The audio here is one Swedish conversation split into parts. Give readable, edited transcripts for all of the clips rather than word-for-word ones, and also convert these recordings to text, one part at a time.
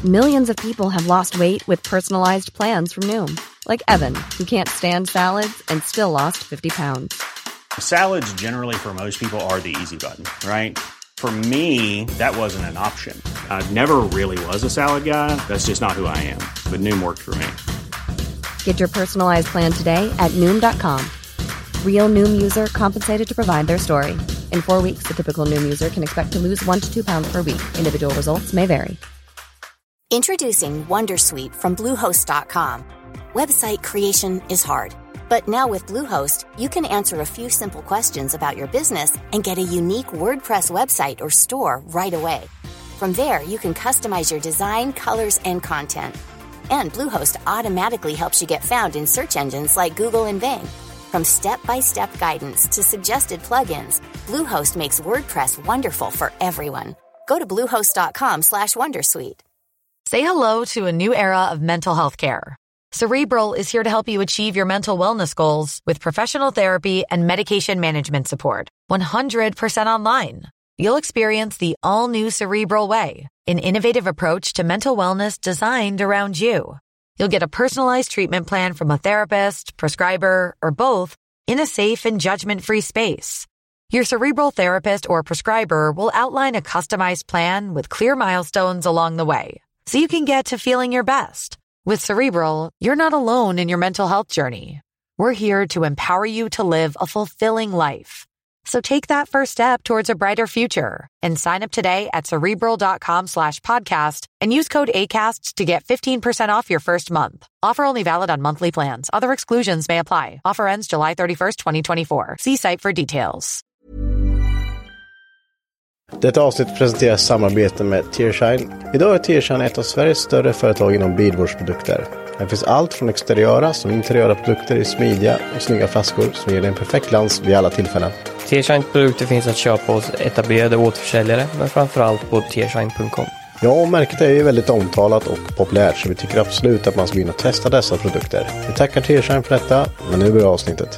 Millions of people have lost weight with personalized plans from Noom. Like Evan, who can't stand salads and still lost 50 pounds. Salads generally for most people are the easy button, right? For me, that wasn't an option. I never really was a salad guy. That's just not who I am. But Noom worked for me. Get your personalized plan today at Noom.com. Real Noom user compensated to provide their story. In 4 weeks, the typical Noom user can expect to lose 1 to 2 pounds per week. Individual results may vary. Introducing Wondersuite from Bluehost.com. Website creation is hard, but now with Bluehost, you can answer a few simple questions about your business and get a unique WordPress website or store right away. From there, you can customize your design, colors, and content. And Bluehost automatically helps you get found in search engines like Google and Bing. From step-by-step guidance to suggested plugins, Bluehost makes WordPress wonderful for everyone. Go to bluehost.com/wondersuite. Say hello to a new era of mental health care. Cerebral is here to help you achieve your mental wellness goals with professional therapy and medication management support. 100% online. You'll experience the all-new Cerebral Way, an innovative approach to mental wellness designed around you. You'll get a personalized treatment plan from a therapist, prescriber, or both in a safe and judgment-free space. Your Cerebral therapist or prescriber will outline a customized plan with clear milestones along the way, so you can get to feeling your best. With Cerebral, you're not alone in your mental health journey. We're here to empower you to live a fulfilling life. So take that first step towards a brighter future and sign up today at Cerebral.com/podcast and use code ACAST to get 15% off your first month. Offer only valid on monthly plans. Other exclusions may apply. Offer ends July 31st, 2024. See site for details. Detta avsnitt presenteras i samarbete med Tearshine. Idag är Tearshine ett av Sveriges större företag inom bilvårdsprodukter. Här finns allt från exteriöra som interiöra produkter i smidiga och snygga flaskor som ger dig en perfekt glans vid alla tillfällen. Tearshine-produkter finns att köpa hos etablerade återförsäljare, men framförallt på tearshine.com. Ja, och märket är ju väldigt omtalat och populärt, så vi tycker absolut att man ska in och testa dessa produkter. Vi tackar Tearshine för detta, men nu börjar avsnittet.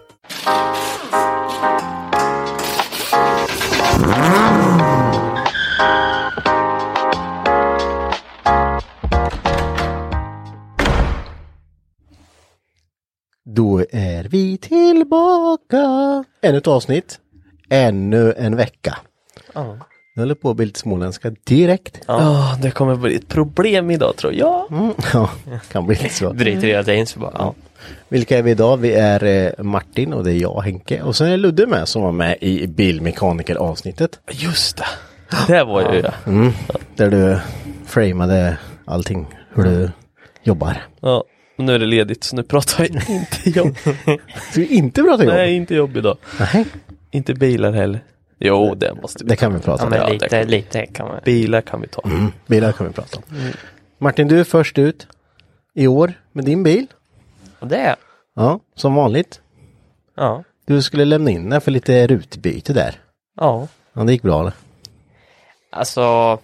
Då är vi tillbaka. Ännu ett avsnitt. Ännu en vecka. Ja. Nu håller på att bli lite småländska direkt. Ja, det kommer bli ett problem idag, tror jag. Ja, kan bli lite så. Bryter hela tiden så bara, ja. Vilka är vi idag? Vi är Martin och det är jag, Henke. Och sen är Ludde med som var med i bilmekaniker-avsnittet. Just det. Det var ju där du framade allting, hur du jobbar. Ja, och nu är det ledigt så nu pratar jag inte jobb. Du inte pratar jobb? Nej, inte jobb idag. Nej. Inte bilar heller. Jo, det måste vi. Det kan vi prata om. Ja, lite kan man. Bilar kan vi ta. Bilar kan vi prata om. Martin, du är först ut i år med din bil. Och det är. Ja, som vanligt. Ja. Du skulle lämna in den för lite rutbyte där. Ja. Ja, det gick bra, eller? Alltså,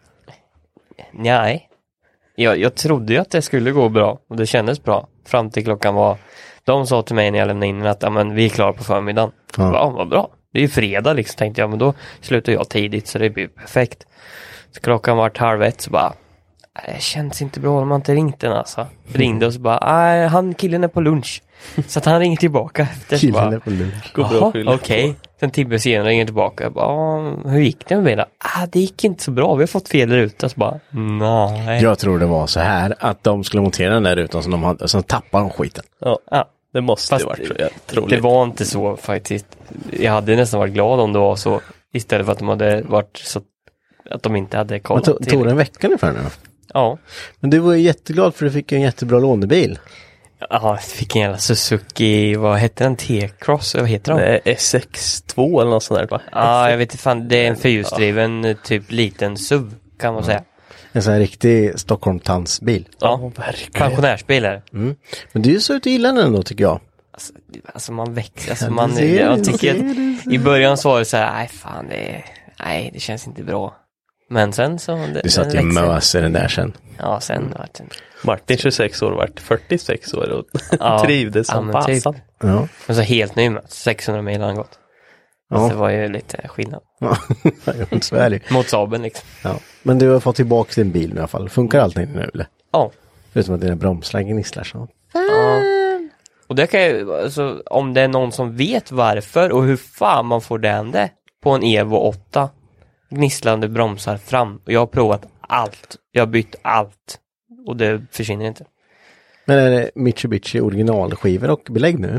nej. Jag trodde ju att det skulle gå bra och det kändes bra fram till klockan var. De sa till mig när jag lämnade in att vi är klara på förmiddagen. Ja, vad bra. Det är ju fredag liksom, tänkte jag, men då slutar jag tidigt så det blir perfekt. Så klockan var 12:30 så bara, det känns inte bra om man inte ringt den alltså. Ringde och så bara, killen är på lunch. Så att han ringer tillbaka efter. Killen är på lunch. Okej. Sen timme senare ringer tillbaka. Jag bara, hur gick det med bilen? Det gick inte så bra. Vi har fått fel ruta. Så bara, nej. Jag tror det var så här att de skulle montera den där rutan så tappade de skiten. Ja. Det måste ju varit så. Det var inte så faktiskt. Jag hade nästan varit glad om det var så. Istället för att de hade varit så att de inte hade kollat. Tog det en vecka ungefär nu? Ja. Men du var ju jätteglad för du fick en jättebra lånebil. Ja, jag fick en jävla Suzuki. Vad heter den? T-Cross? Vad heter den? SX2 eller något sånt där, va? Ja, jag vet inte fan. Det är en fyrhjulsdriven typ liten SUV kan man säga. En sån här riktig Stockholm-tandsbil. Ja, verkligen. Pensionärsbilar. Men du är så ute gillar den då, tycker jag. Alltså man växer. Alltså jag tycker att i början så var det så här, det känns inte bra. Men sen så... Du satt ju mös i den där sen. Ja, sen var det... Martin 26 år vart 46 år och trivdes som passan. Ja. Men så helt ny med 600 mil har han gått. Ja. Det var ju lite skillnad. Ja, så är det. Mot Saaben liksom. Ja. Men du har fått tillbaka din bil i alla fall. Funkar allting nu eller? Ja. Förutom att dina bromslägg gnisslar så. Ja. Och det kan ju, alltså, om det är någon som vet varför och hur fan man får det på en Evo 8 gnisslande bromsar fram. Och jag har provat allt. Jag har bytt allt. Och det försvinner inte. Men är det Mitsubishi originalskivor och belägg nu?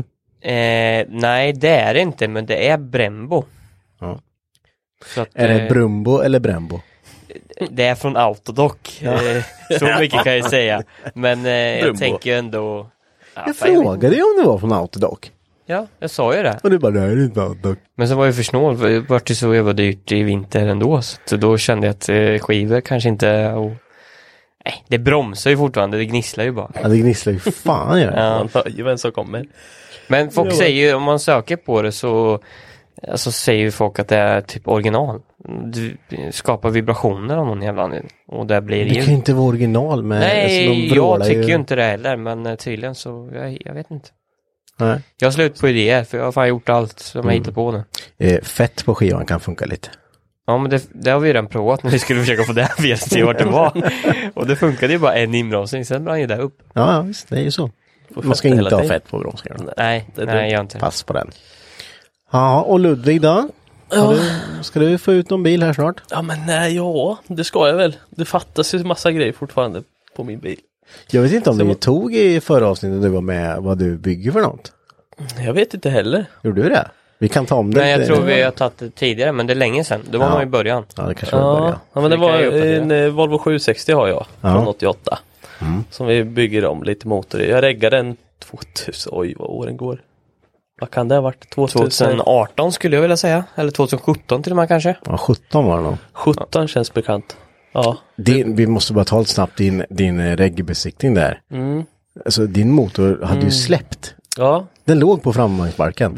Nej, det är det inte. Men det är Brembo. Ja. Så att, är det Brumbo eller Brembo? Det är från Autodoc. Ja. Så mycket kan jag säga. Men jag tänker ändå... Ja, jag frågade ju om det var från Autodoc. Ja, jag sa ju det. Och du bara, det här är inte Autodoc. Men så var jag för snål. Det var ju så jävla dyrt i vinter ändå. Så då kände jag att skivor kanske inte... Nej, det bromsar ju fortfarande. Det gnisslar ju bara. Ja, det gnisslar ju fan gör det. Ja. Man hör ju vem som kommer. Men folk säger ju, om man söker på det så... Alltså säger ju folk att det är typ original. Du skapar vibrationer av någon jävla anledning. Och det blir det kan ju inte vara original med... Nej, jag tycker ju inte det heller. Men tydligen så, jag vet inte. Nej. Jag har slut på idéer för jag har fan gjort allt som jag hittat på nu. Fett på skivan kan funka lite. Ja, men det har vi ju redan provat när vi skulle försöka få det här och se vart det var. Och det funkade ju bara en inbromsning, sen brann ju det upp. Ja, visst, det är ju så. Man ska inte ha fett på bromsningen. Nej, jag inte. Pass på den. Ja, och Ludvig då? Ja. Ska du få ut någon bil här snart? Ja, men nej, det ska jag väl. Det fattas ju massa grejer fortfarande på min bil. Jag vet inte om du tog i förra avsnittet du var med vad du bygger för något. Jag vet inte heller. Gjorde du det? Vi kan ta om det. Nej, jag tror vi har tagit det tidigare, men det är länge sedan. Det var nog i början. Ja, det kanske var i början. Ja, men det var en Volvo 760 har jag från 88. Som vi bygger om lite motor i. Jag reggade den 2000, oj vad åren går. Vad kan det ha varit? 2018 skulle jag vilja säga. Eller 2017 till och med kanske. Ja, 17 var det nog. 17 känns bekant. Ja. Vi måste bara ta lite snabbt din reggbesiktning där. Alltså din motor hade ju släppt. Ja. Den låg på framvagnsbalken.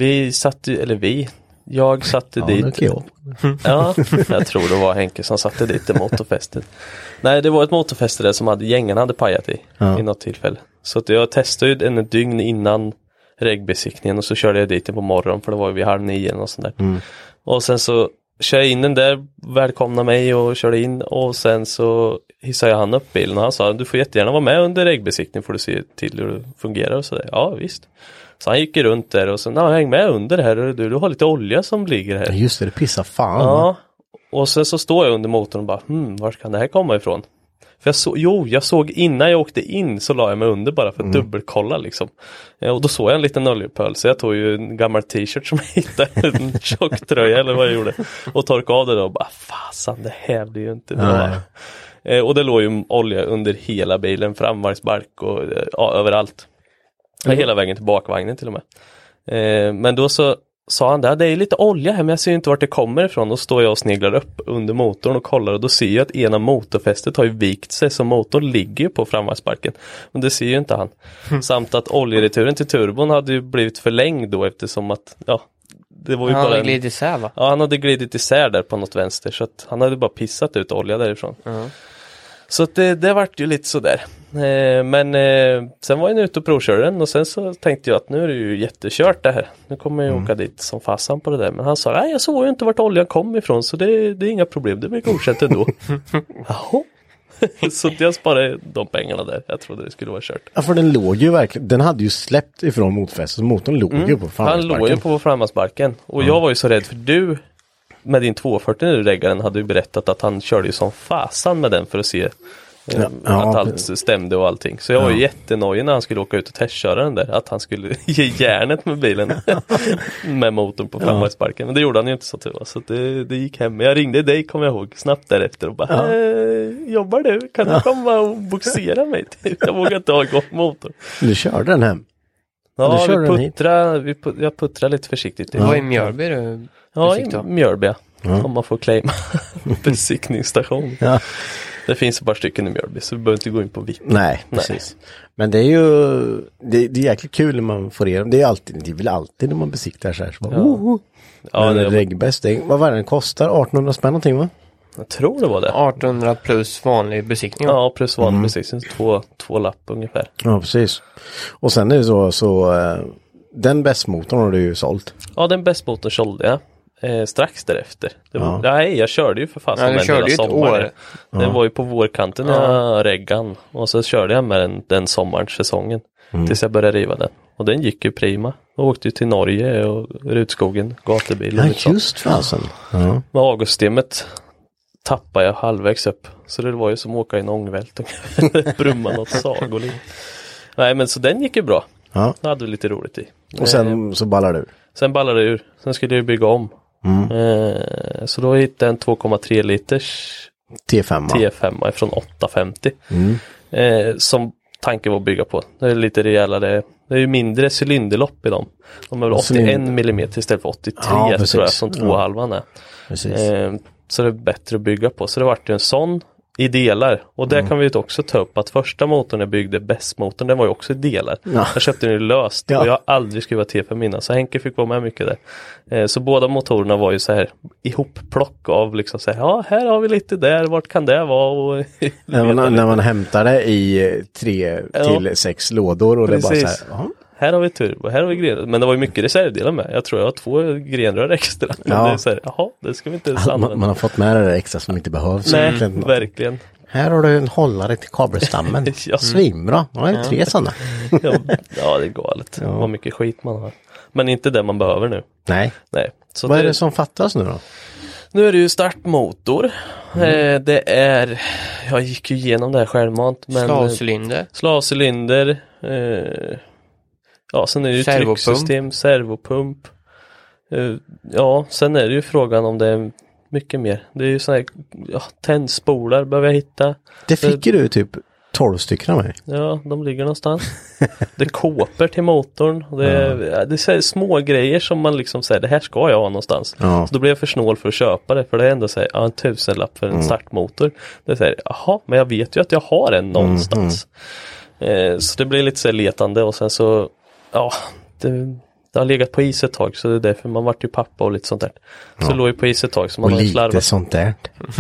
Jag satte dit. Okay. Ja, jag tror det var Henke som satte dit det motorfästet. Nej, det var ett motorfäste där som gängen hade pajat i något tillfälle. Så att jag testade ju en dygn innan regbesiktningen och så körde jag dit på morgonen för det var ju vid 8:30 eller något sånt där. Och sen så körde jag in den där, välkomna mig och körde in och sen så hissade han upp bilen och han sa du får jättegärna vara med under regbesiktningen får du se till hur det fungerar och sådär. Ja, visst. Så han gick runt där och så häng med under här och du har lite olja som ligger här. Just det pissar fan. Ja, och sen så står jag under motorn och bara, var kan det här komma ifrån? För jag såg innan jag åkte in så la jag mig under bara för att dubbelkolla liksom. Och då såg jag en liten oljepöl så jag tog ju en gammal t-shirt som jag hittade, en tjocktröja eller vad jag gjorde. Och torkade av det då och bara, fasan det här blir ju inte bra. Och det låg ju olja under hela bilen, framvagnsbalk och överallt. Hela vägen till bakvagnen till och med. Men då så sa han det är lite olja här men jag ser inte vart det kommer ifrån. Och står jag och sneglar upp under motorn och kollar och då ser jag att ena motorfästet har ju vikt sig så motorn ligger ju på framvagnsbalken. Men det ser ju inte han. Samt att oljereturen till turbon hade ju blivit förlängd då eftersom att det var ju han bara hade glidit isär va? Ja, han hade glidit isär där på något vänster så att han hade bara pissat ut olja därifrån. Så att det vart ju lite sådär. Men sen var jag ute och provkörde den och sen så tänkte jag att nu är det ju jättekört det här. Nu kommer jag åka dit som fasan på det där. Men han sa, nej jag såg ju inte vart oljan kom ifrån så det är inga problem, det blir godkänt ändå. Jaha. Så jag sparade de pengarna där. Jag trodde det skulle vara kört. Ja, för den låg ju verkligen, den hade ju släppt ifrån motfästet. Motorn låg ju på framvagnsbalken. Han låg ju på framvagnsbalken. Och jag var ju så rädd för du med din 240 när du reggade den hade ju berättat att han körde ju som fasan med den för att se att allt stämde och allting. Så jag var ju jättenöjd när han skulle åka ut och testköra den där. Att han skulle ge järnet med bilen med motorn på framvagnsbalken. Men det gjorde han ju inte så tur. Så det gick hem. Jag ringde dig, kommer jag ihåg, snabbt därefter och bara jobbar du? Kan du komma och boxera mig? Jag vågar inte ha igång motorn. Du körde den hem? Ja, jag puttrade lite försiktigt. Det var i Mjölby du i Mjölby. Om man får claima besiktningsstation. Ja. Det finns ett par stycken i Mjölby så vi behöver inte gå in på vitt. Nej, precis. Men det är ju det är jäkligt kul när man får igenom. Det är väl alltid när man besiktar så här. Så bara, det är regbäst. Vad var den kostar? 1800 spänn någonting va? Jag tror det var det. 1800 plus vanlig besiktning. Ja, plus vanlig besiktning. Två lapp ungefär. Ja, precis. Och sen är det så den bästmotorn har du ju sålt. Ja, den bästmotorn sålde jag. strax därefter. Nej, jag körde ju för fast du körde ju ett år. Det var ju på vårkanten jag reggan. Och så körde jag med den sommarsäsongen. Tills jag började riva den. Och den gick ju prima. Jag åkte ju till Norge och Rutskogen, gatubil. Ja, just fasen. Med avgassystemet tappade jag halvvägs upp. Så det var ju som att åka i en ångvält och brumma något sagoliv. Nej, men så den gick ju bra. Ja. Det hade vi lite roligt i. Och sen så ballar du? Sen ballade det ur. Sen skulle jag bygga om. Så då hittade jag en 2,3 liters T5 från 850. Som tanken var att bygga på. Det är lite rejälare. Det är ju mindre cylinderlopp i dem. De är väl 81 mm istället för 83 tror jag som 2,5 är. Så det är bättre att bygga på. Så det vart ju en sån i delar. Och där kan vi ju också ta upp att första motorn jag byggde, BESS-motorn, den var ju också i delar. Jag köpte den ju löst och jag har aldrig skruvat T5 innan. Så Henke fick vara med mycket där. Så båda motorerna var ju så här ihopplock av liksom så här, här har vi lite där, vart kan det vara? Och när man hämtar det i 3 till 6 lådor och precis. Det är bara så här, här har vi turbo, här har vi grenrör. Men det var ju mycket reservdelar med. Jag tror jag har 2 grenrör extra. Men det är så här, det ska vi inte använda. Man har fått med det där extra som inte behövs. Nej, verkligen. Här har du en hållare till kabelstammen. Svimbra. Det är 3 sådana. Ja, det är galet. Vad mycket skit man har. Men inte det man behöver nu. Nej. Så vad är det som fattas nu då? Nu är det ju startmotor. Det är, jag gick ju igenom det här självmant. Slavcylinder. Sen är det ju trycksystem, servopump. Sen är det ju frågan om det är mycket mer. Det är ju sådana här tändspolar behöver jag hitta. Det fick du typ 12 stycken av mig. Ja, de ligger någonstans. Det är kåpor till motorn. Det är små grejer som man liksom säger, det här ska jag ha någonstans. Så då blir jag för snål för att köpa det. För det är ändå så här, en 1000-lapp för en startmotor. Det är så här, men jag vet ju att jag har en någonstans. Så det blir lite så här letande och sen så det har legat på is ett tag, så det är därför man vart ju pappa och lite sånt där. Så det låg ju på is ett tag. Så man och har lite slarvat. Sånt där.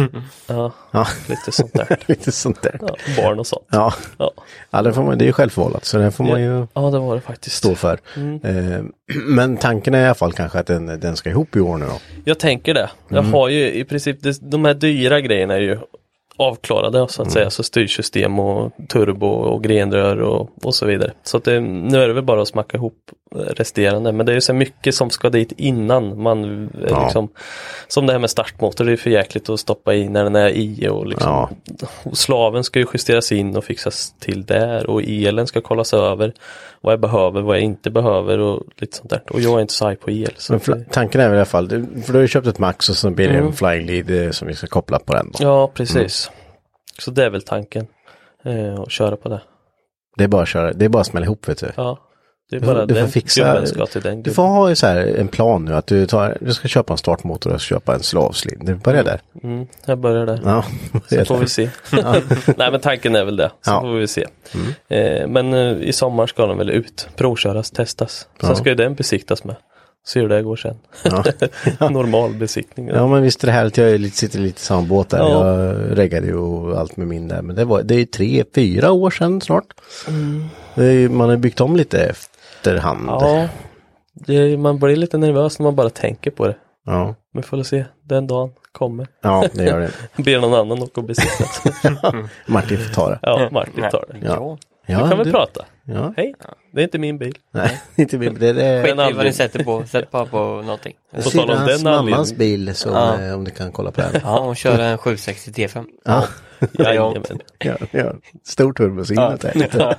Lite sånt där. Lite sånt där. Barn och sånt. Det får man, det är ju självförvållat, så det får man ju det var det faktiskt. Stå för. Men tanken är i alla fall kanske att den ska ihop i år nu då. Jag tänker det. Jag har ju i princip, de här dyra grejerna är ju avklarade så att säga, så styrsystem och turbo och grenrör och så vidare. Så att nu är det väl bara att smacka ihop resterande, men det är ju så mycket som ska dit innan man liksom, som det här med startmotor, det är för jäkligt att stoppa i när den är i och liksom, och slaven ska ju justeras in och fixas till där och elen ska kollas över vad jag behöver, vad jag inte behöver och lite sånt där. Och jag är inte så på el. Så men tanken är väl i alla fall, för du har ju köpt ett Max och så blir det en Flying Lead som vi ska koppla på den då. Ja, precis. Så det är väl tanken att köra på det. Det är bara att köra, det är bara att smälla ihop, vet du. Ja, det är bara du får fixa, du får ha så här en plan nu att du ska köpa en startmotor och köpa en slavcylinder. Börja där. Jag börjar där. Ja, så får vi se. Nej, men tanken är väl det. Så får vi se. Men i sommar ska den väl ut, provköras, testas. Sen ska ju den besiktas med. Se hur det går sen. Normal besiktning. Ja, men visst är det härligt. Jag sitter lite i samma båt där. Jag reggade ju och allt med min där. Men det är 3-4 år sedan snart. Man har byggt om lite efterhand. Ja, man blir lite nervös när man bara tänker på det. Ja. Men får se, den dagen kommer. Ja, det gör det. Ber någon annan åka och besikta. Martin får ta det. Ja, Martin tar det. Ja, du kan väl prata. Ja. Hej, det är inte min bil. Nej, inte min bil. Det är skit i vad ni sätter på. Sätt på någonting. På tal om den mammas bil, så om du kan kolla på den. Ja, och köra en 760 T5. Ja. Jajamän. Ja. Stor turbosinnet där.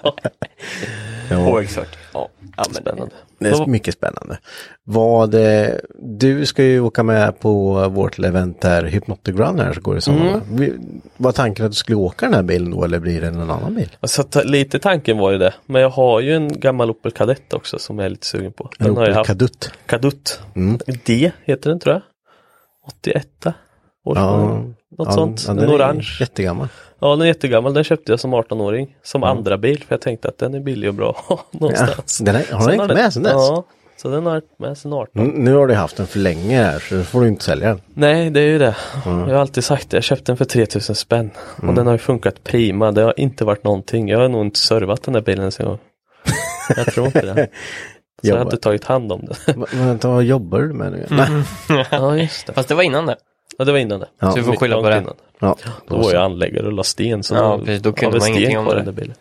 HX40. Ja, spännande. Det är mycket spännande. Du ska ju åka med på vårt event där Hypnotic Runner så går det sommar. Var tanken att du skulle åka den här bilen då, eller blir det någon annan bil? Alltså, lite tanken var ju det. Men jag har ju en gammal Opel Kadett också som jag är lite sugen på. Den har jag haft. Kadett. D heter den, tror jag. 81. Något sånt. Den en orange. Jättegammal. Ja, den är jättegammal. Den köpte jag som 18-åring. Som andra bil. För jag tänkte att den är billig och bra någonstans. Har den inte med sen dess? Ja, så den har med sen 18. Nu har du haft den för länge här, så får du inte sälja den. Nej, det är ju det. Jag har alltid sagt det. Jag köpte den för 3000 spänn. Och den har ju funkat prima. Det har inte varit någonting. Jag har nog inte servat den där bilen en gång. Jag tror inte det. Så jag hade tagit hand om det. Vad jobbar du med nu? Ja, just det. Fast det var innan det. Ja, det var innan det. Så du får skylla på det. Ja, då var jag anläggare och la sten. Så precis, då kunde man ingenting om det.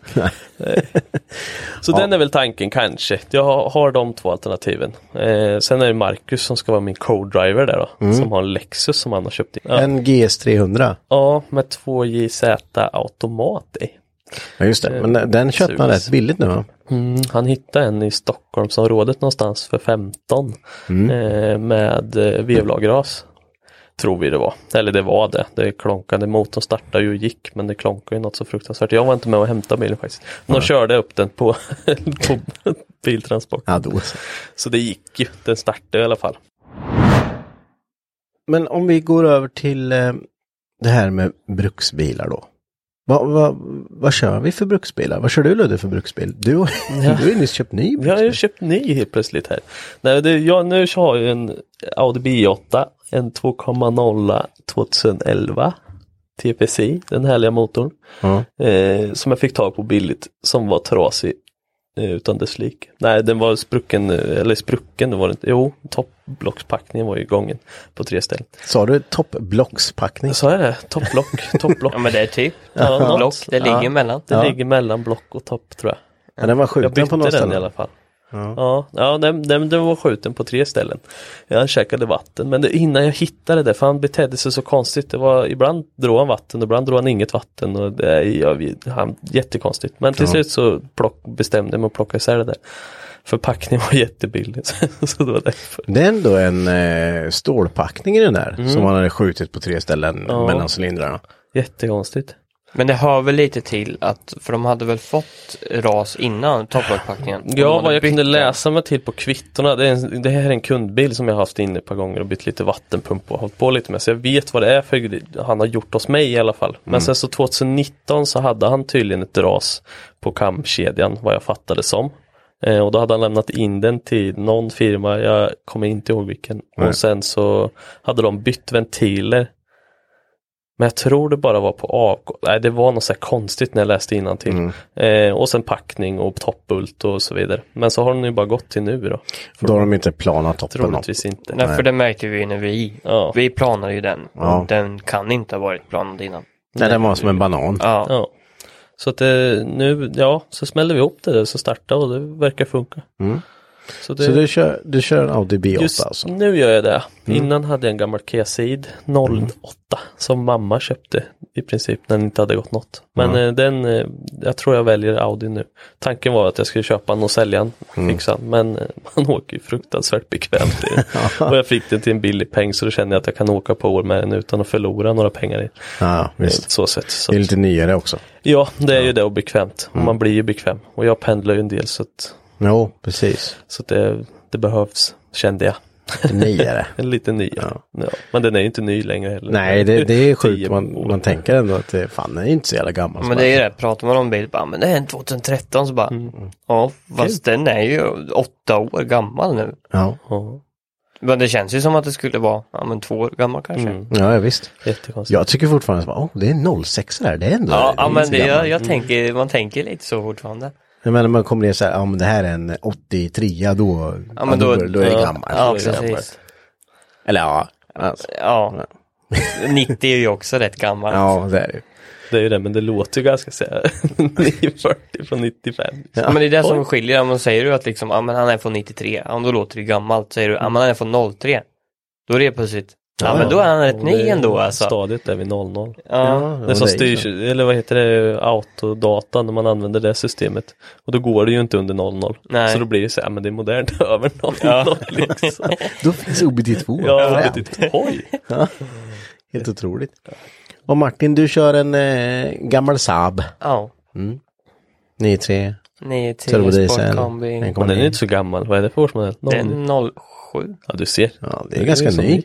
Så den är väl tanken kanske. Jag har de 2 alternativen. Sen är det Marcus som ska vara min co-driver där då. Som har en Lexus som han har köpt in. Ja. En GS300? Ja, med 2JZ automat i. Ja, just det. Men den köpte man rätt billigt nu, va? Han hittade en i Stockholmsområdet någonstans för 15 med vevlagras. Tror vi det var. Eller det var det. Det klonkade. Motorn startade ju och gick. Men det klonkade ju något så fruktansvärt. Jag var inte med och hämtade bilen faktiskt. De körde upp den på biltransport. Ja, då. Så det gick ju. Den startade i alla fall. Men om vi går över till det här med bruksbilar då. Vad kör vi för bruksbilar? Vad kör du, Ludde, för bruksbil? Du har ju nyss köpt ny bruksbil. Jag har ju köpt ny helt plötsligt här. Nej, nu har jag en Audi B8, en 2.0 2011 TPC, den härliga motorn. Som jag fick tag på billigt, som var trasig utan dess lik. Nej, den var sprucken, det var det inte. Jo, toppblockspackningen var ju gången på 3 ställen. Sa du toppblockspackning? Så är det, toppblock. Ja, men det är typ. Ja, block, det ligger mellan. Det ligger mellan block och topp, tror jag. Ja, den var skjuten på något ställe i alla fall. Ja, den var skjuten på 3 ställen. Jag käkade vatten, men innan jag hittade det, för han betedde sig så konstigt. Det var, ibland drog han vatten, ibland drog han inget vatten, och han jättekonstigt. Men till slut så bestämde jag mig att plocka isär det där. Förpackningen var jättebillig. Så det var därför. Det är ändå en stålpackning i den där, som han hade skjutit på 3 ställen mellan cylindrarna. Jättekonstigt. Men det hör väl lite till att, för de hade väl fått ras innan topplockpackningen. Ja, vad jag kunde läsa mig till på kvittorna, det här är en kundbil som jag har haft inne ett par gånger och bytt lite vattenpump och hållit på lite med. Så jag vet vad det är för han har gjort hos mig i alla fall. Men sen så 2019 så hade han tydligen ett ras på kamkedjan, vad jag fattade som. Och då hade han lämnat in den till någon firma, jag kommer inte ihåg vilken. Och sen så hade de bytt ventiler. Men jag tror det bara var på Nej, det var något så här konstigt när jag läste innantill. Och sen packning och toppbult och så vidare. Men så har den ju bara gått till nu då. Då har de inte planat toppen. Troligtvis inte. Nej, för det märkte vi när vi planade ju den. Och den kan inte ha varit planad innan. Nej, den var som en banan. Ja. Så att nu, så smällde vi ihop det så startade och det verkar funka. Så du kör en Audi B8 just alltså? Nu gör jag det. Innan hade jag en gammal Kia-Ceed 08 som mamma köpte i princip när den inte hade gått något. Men jag tror jag väljer Audi nu. Tanken var att jag skulle köpa den och sälja den, fixa den, men man åker ju fruktansvärt bekvämt i den. Och jag fick den till en billig peng, så då kände jag att jag kan åka på år med den utan att förlora några pengar i. Ja, visst. Så sätt. Så det är lite nyare också. Ja, det är ju det, och bekvämt. Och man blir ju bekväm. Och jag pendlar ju en del, så att... Jo, precis. Så det behövs, kände jag. Nyare. En lite nyare. Ja. Men den är ju inte ny längre heller. Nej, det är sjukt. Man tänker ändå att den är inte så jävla gammal. Men det är ju det, pratar man om bil, men det är en 2013 så bara, ja, fast den är ju 8 år gammal nu. Ja. Men det känns ju som att det skulle vara 2 år gammal kanske. Ja, visst. Jättekonstigt. Jag tycker fortfarande att det är 06 där, det är ändå. Ja, men man tänker lite så fortfarande. Jag menar, man kommer ner så här, det här är en 83, då är det gammal. Ja, precis. Eller alltså. Ja. 90 är ju också rätt gammal. Ja, det är det. Det är ju det, men det låter ju ganska 40 från 95. Ja, men det är det som skiljer. Man säger du att liksom, men han är från 93, då låter det gammalt. Säger du, men han är från 03, då är det plötsligt. Men då är han rätt ny ändå alltså. Stadiet är vid 00. Ja, det som styrs, eller vad heter det, autodata när man använder det systemet. Och då går det ju inte under 00. Nej. Så då blir det så här, men det är modernt över 00 liksom. Då finns OBD2. Ja, OBD2. Oj. Ja. Helt otroligt. Och Martin, du kör en gammal Saab. Ja. 9-3. Sportkombi. Men den är inte så gammal. Vad är det för årsmodell? Det är 07. Ja, du ser. Ja, det är ganska ny.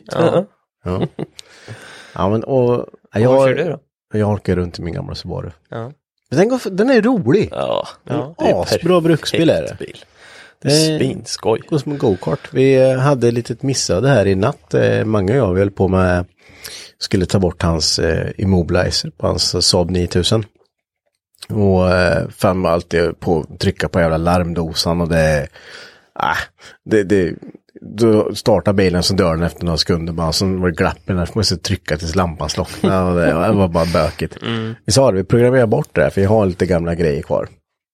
Ja, men och vad kör du då? Jag orkar runt i min gamla Subaru. Ja. Den är rolig. Ja. Asbra bruksbil är det. Det är svinskoj. Går som en go-kart. Vi hade ett litet missade här i natt. Många och jag höll på med, skulle ta bort hans immobilizer på hans Saab 9000. Och fann man alltid på trycka på jävla larmdosan och det Då startar bilen så dör den efter några sekunder bara, så var det glappen där, får man så trycka tills lampan slocknar och det var bara bökigt. Vi sa det, vi programmerar bort det där, för jag har lite gamla grejer kvar.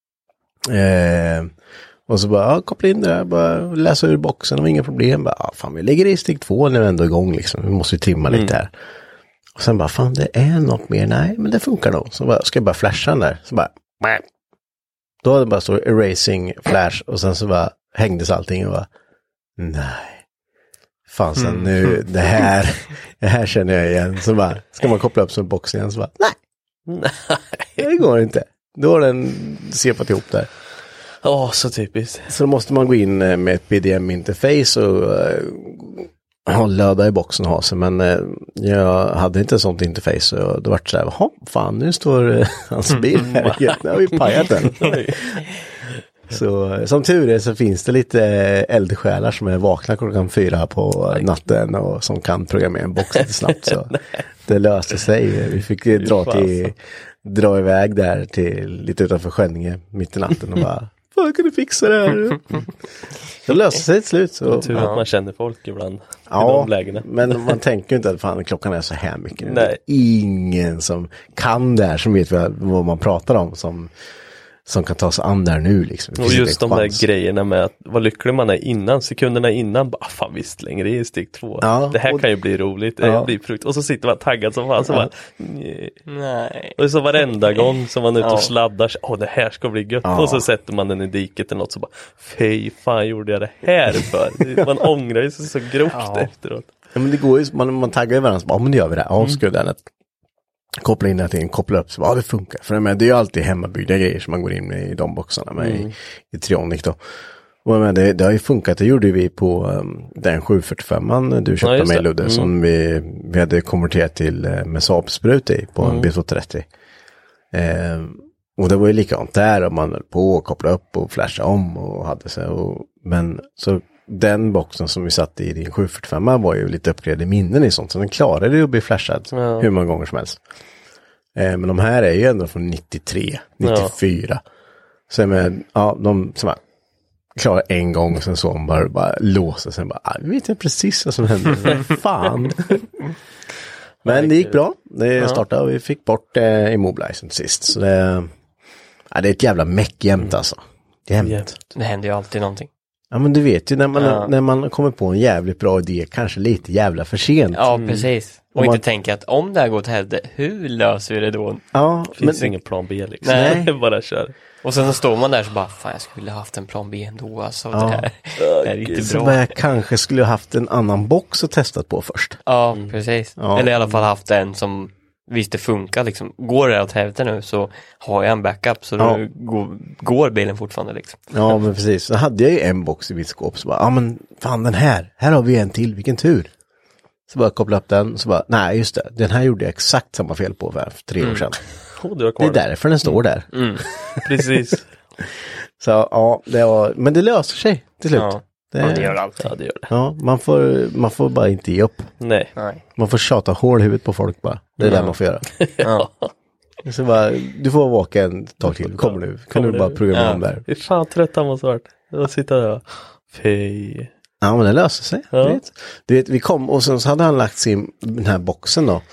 Och så bara, koppla in det där, bara läsa ur boxen, och inga problem. Bara, fan, vi lägger i steg 2 när vi ändå är igång liksom, vi måste ju trimma lite här. Och sen bara, fan, det är något mer, nej, men det funkar nog. Så bara, ska jag bara flasha den där, så bara, då hade det bara så erasing flash, och sen så bara hängdes allting och bara, nej. Fan, sen nu, det här känner jag igen. Så bara, ska man koppla upp som boxen igen, så bara, nej. Det går inte. Då har den sepat ihop där. Så typiskt. Så då måste man gå in med ett BDM-interface och löda i boxen och ha sig. Men jag hade inte ett sånt interface, och då var det så här, fan, nu står hans bil här. Nu har vi pajat den. Så som tur är så finns det lite eldsjälar som är vakna klockan 4 på natten och som kan programmera en box lite snabbt. Så det löste sig. Vi fick dra iväg där till lite utanför Skänninge mitt i natten och bara, fan, kan du fixa det här? Det löste sig till slut. Så, tur att man känner folk ibland i de lägena. Men man tänker ju inte att fan, klockan är så här mycket nu. Det är ingen som kan det här, som vet vad man pratar om, som kan ta sig an där nu liksom. Och just de där grejerna med att vad lycklig man är innan, sekunderna innan, bara fan, visst längre i steg 2. Det här kan ju bli roligt, det blir frukt. Och så sitter man taggad som fan, så bara, nej. Och så varenda gång som man är ute och sladdar, det här ska bli gött. Och så sätter man den i diket eller något, så bara, fy fan, gjorde jag det här för? Man ångrar sig så grovt efteråt. Ja, men det går ju, man taggar ju varandra, så bara, men det gör vi det. Skulle den koppla in det, koppla upp, så det funkar. För det är ju alltid hemmabyggda grejer som man går in med i de boxarna med i Trionic då. Och det har ju funkat, det gjorde vi på den 745an du köpte med Ludde, som vi hade konverterat till med Saab-sprut i på en B230. Och det var ju likadant där, och man höll på att koppla upp och flasha om och hade sig. Men så den boxen som vi satt i din 745 var ju lite uppgraderade minnen i sånt, så den klarade ju att bli flashad hur många gånger som helst. Men de här är ju ändå från 93, 94. Så de som klarar en gång, och sen så bara låser, sen bara, vi vet inte precis vad som hände. Fan. Men det gick bra. Det startade och vi fick bort immobilizern sist. Så det är ett jävla meck jämt alltså. Jämt. Det händer ju alltid någonting. Ja, men du vet ju när man kommer på en jävligt bra idé, kanske lite jävla för sent. Ja, precis. Och inte tänka att om det här går till helvete, hur löser vi det då? Ja, finns ingen plan B liksom. Nej. Bara kör. Och sen så står man där så bara, fan, jag skulle ha haft en plan B ändå. Alltså, det här är inte bra. Jag kanske skulle ha haft en annan box och testat på först. Ja, precis. Ja. Eller i alla fall haft en som visst det funkar liksom. Går det åt helvete nu så har jag en backup, så då går bilen fortfarande liksom. Ja, men precis. Så hade jag ju en box i mitt skåp, så bara, men fan, den här har vi en till, vilken tur. Så bara koppla upp den, så bara, nej just det, den här gjorde jag exakt samma fel på för 3 år sedan. Det är därför den står där. Precis. Så men det löser sig till slut. Ja. Det gör det alltid. Ja, det gör det. Ja, man får bara inte ge upp. Nej. Man får tjata hål i huvudet på folk bara. Det är det man får göra. Så bara, du får åka en tag till. Kommer du? Kan du bara programmera om där? Det är fan trött han måste varit. Jag sitter där. Fy. Ja, men det löser sig. Ja. Du vet, vi kom och så hade han lagt den här boxen då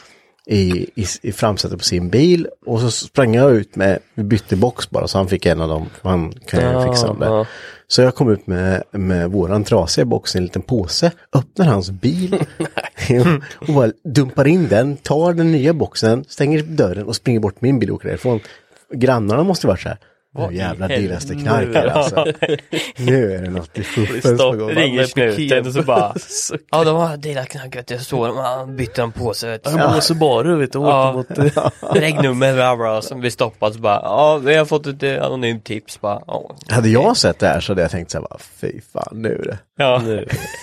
i framsätet på sin bil, och så sprang jag ut vi bytte box bara, så han fick en av dem, han kan ju fixa dem där. Så jag kom ut med våran trasiga box i en liten påse, öppnar hans bil och bara dumpar in den, tar den nya boxen, stänger dörren och springer bort min bil och åker därifrån. Grannarna måste varit så här, jävla dyraste knarkare alltså. Nu är det något i fuffens på gång. Ringer snuten och så bara ja, de har delat knarket. Jag såg dem, bytte dem på sig. Ja, och så bara, vet du, mot regnummer som vi stoppat, så bara, vi har fått ett anonymt tips. Bara, hade jag sett det här så hade jag tänkt så här, fy fan, nu är det. Ja. nu.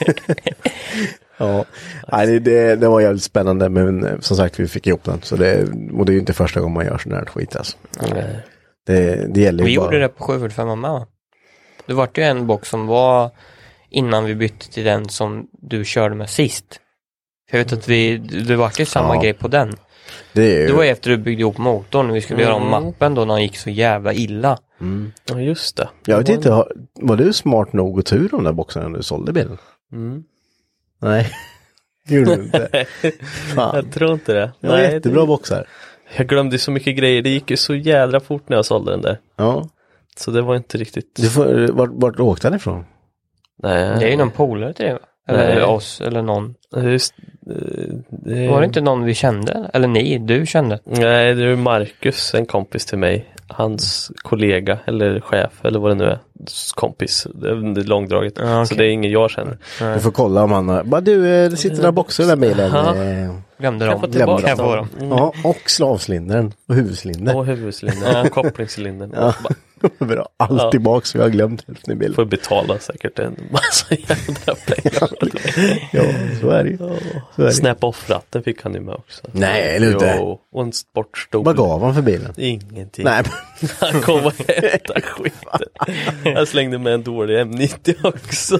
Ja, nej, det var jävligt spännande, men som sagt, vi fick ihop den. Så det är ju inte första gången man gör sån här skit alltså. Det gäller ju vi bara... gjorde det på 745 med. Det var ju en box som var innan vi bytte till den som du körde med sist. Jag vet att det var ju samma grej på den. Det var efter du byggde ihop motorn. Vi skulle göra om mappen då när han gick så jävla illa. Ja, just det. Jag vet inte, var du smart nog att tur de där boxarna när du sålde bilen? Nej, gjorde du inte. Fan. Jag tror inte det. Det var jättebra boxar. Jag glömde så mycket grejer. Det gick ju så jädra fort när jag sålde den där. Ja. Så det var inte riktigt... Vart åkte den ifrån? Nej. Det är ju någon polare till det. Eller oss, eller någon. Just, Var det inte någon vi kände? Eller du kände? Nej, det är Marcus, en kompis till mig. Hans kollega, eller chef, eller vad det nu är. Kompis, det är långdraget. Okay. Så det är ingen jag känner. Du får kolla om han har... det sitter några boxar i den där bilen. Glömde dem. Kan få dem. Ja, och slavcylindern. Och huvudcylindern. Och huvudcylindern. Och kopplingscylindern. Ja. Bra. Allt tillbaka så jag har glömt hälften i bilen. Får betala säkert en massa jävla pengar. Ja, så är det ju. Snap-off-ratten fick han ju med också. Nej, eller inte. Jo, och en sportstol. Vad gav han för bilen? Ingenting. Nej. Han kom och hämtade skiten. Jag slängde med en dålig M90 också.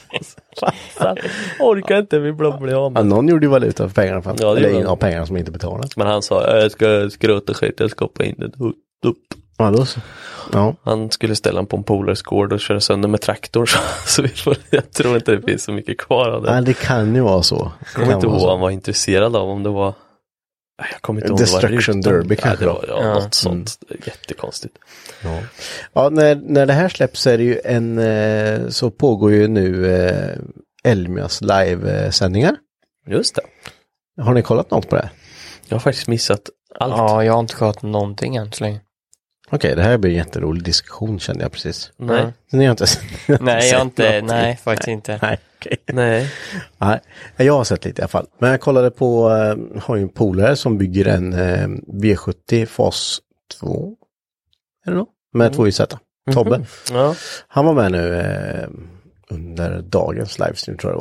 Orkar inte, vi blir av med. Ja, någon gjorde ju valuta för pengarna. För ja, eller av pengarna som inte betalas. Men han sa, jag ska skrota skit, jag ska hoppa in det. Ja, då så. Ja. Han skulle ställa den på en polares gård och köra sönder med traktor. Så jag tror inte det finns så mycket kvar av det. Nej, det kan ju vara så. Jag kommer inte ihåg vad han var intresserad av, om det var... Jag kommer inte ihåg Destruction Derby kanske. Något sånt. Jättekonstigt. Ja, när det här släpps är det ju så pågår ju nu Elmias live-sändningar. Just det. Har ni kollat något på det? Jag har faktiskt missat allt. Ja, jag har inte kollat någonting än så länge. Okej, det här blir en jätterolig diskussion, kände jag precis. Nej. Ni har inte Nej, jag har inte. Nej, faktiskt inte. Nej, okej. Nej. Nej, jag har sett lite i alla fall. Men jag kollade på, har ju en polare som bygger en V70 fas 2. Är det då? Med 2JZ. Tobbe. Ja. Han var med nu under dagens livestream, tror jag det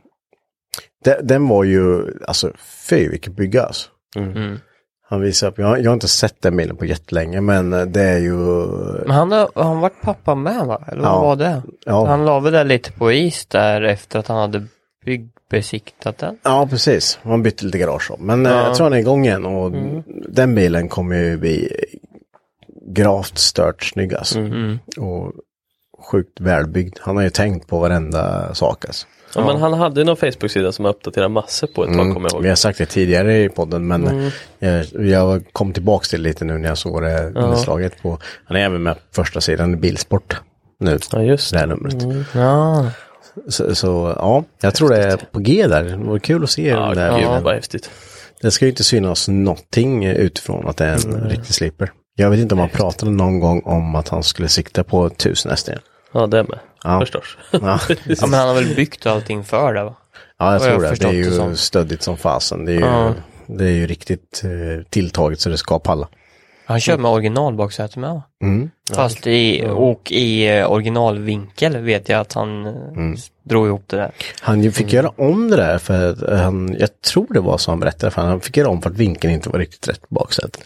var. Den var ju, alltså, vilket bygga alltså. Han visar upp, jag har inte sett den bilen på jättelänge, men det är ju... Men han varit pappa med, va? Eller vad var det? Ja. Han la väl det lite på is där efter att han hade besiktat den? Ja, precis. Han bytte lite garage om. Men jag tror han är igång igen, och den bilen kommer ju bli gravt stört snygg alltså. Och sjukt välbyggd. Han har ju tänkt på varenda sak alltså. Ja, men han hade någon Facebook-sida som uppdaterade massor på ett tag, kommer jag ihåg. Vi har sagt det tidigare i podden, men jag kom tillbaka till lite nu när jag såg det inslaget på. Han är även med första sidan i Bilsport nu. Ja, just det här numret. Ja. Så ja, jag tror det är på G där. Det var kul att se. Ja, det var häftigt. Det ska ju inte synas någonting utifrån att det är en riktig slipper. Jag vet inte om han pratade någon gång om att han skulle sikta på 1000 ST. Ja, det med. Förstås. Ja. Ja, men han har väl byggt allting för det, va? Ja, jag tror det. Det är ju stödigt som fasen. Det är ju riktigt tilltaget så det ska palla. Han kör med originalbaksäte med, va? Fast i originalvinkel vet jag att han drog ihop det där. Han fick göra om det där för jag tror det var så han berättade, för han fick göra om för att vinkeln inte var riktigt rätt på baksätet.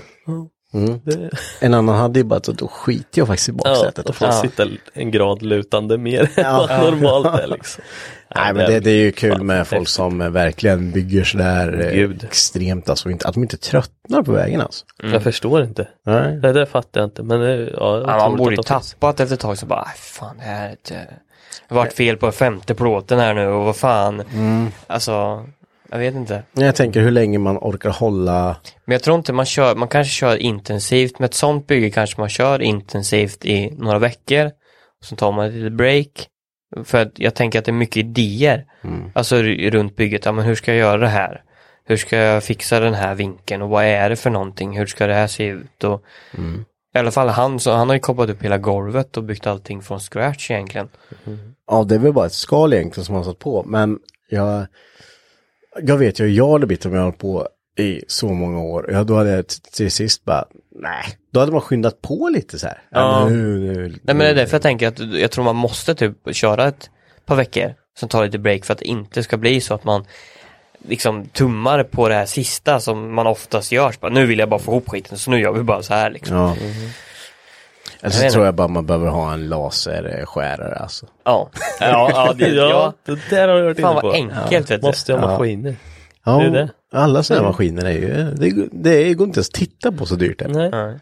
En annan hade ju bara att då skiter jag faktiskt i baksätet. Då får sitta en grad lutande mer än vad normalt är liksom. Nej, men det är ju kul med folk som verkligen bygger sådär extremt, alltså att de inte tröttnar på vägen alltså. Jag förstår inte. Nej. Det fattar jag inte. Men man borde ju tappat efter ett tag, så bara, fan, det här är ett... Det har varit fel på 5:e plåten här nu, och vad fan. Alltså... Jag vet inte. Jag tänker hur länge man orkar hålla. Men jag tror inte man kanske kör intensivt. Med ett sånt bygge kanske man kör intensivt i några veckor. Och så tar man ett litet break. För att jag tänker att det är mycket idéer. Alltså runt bygget. Ja, men hur ska jag göra det här? Hur ska jag fixa den här vinkeln? Och vad är det för någonting? Hur ska det här se ut? Och i alla fall han har ju kopplat upp hela golvet och byggt allting från scratch egentligen. Ja, det är väl bara ett skal egentligen som han satt på. Men jag vet ju, jag hade blivit om jag hållit på i så många år. Då hade jag till sist bara, nej. Då hade man skyndat på lite så här. Ja. Nej, men det är därför jag tänker att jag tror man måste typ köra ett par veckor. Sen ta lite break för att det inte ska bli så att man liksom tummar på det här sista som man oftast gör. Bara, nu vill jag bara få ihop skiten, så nu gör vi bara så här liksom. Ja. Eller så tror jag bara man behöver ha en laserskärare alltså. Ja, det där har jag hört. Fan vad enkelt. Måste jag ha maskiner. Ja, det är det. Alla sådana maskiner är ju, det går inte ens att titta på så dyrt det. Nej.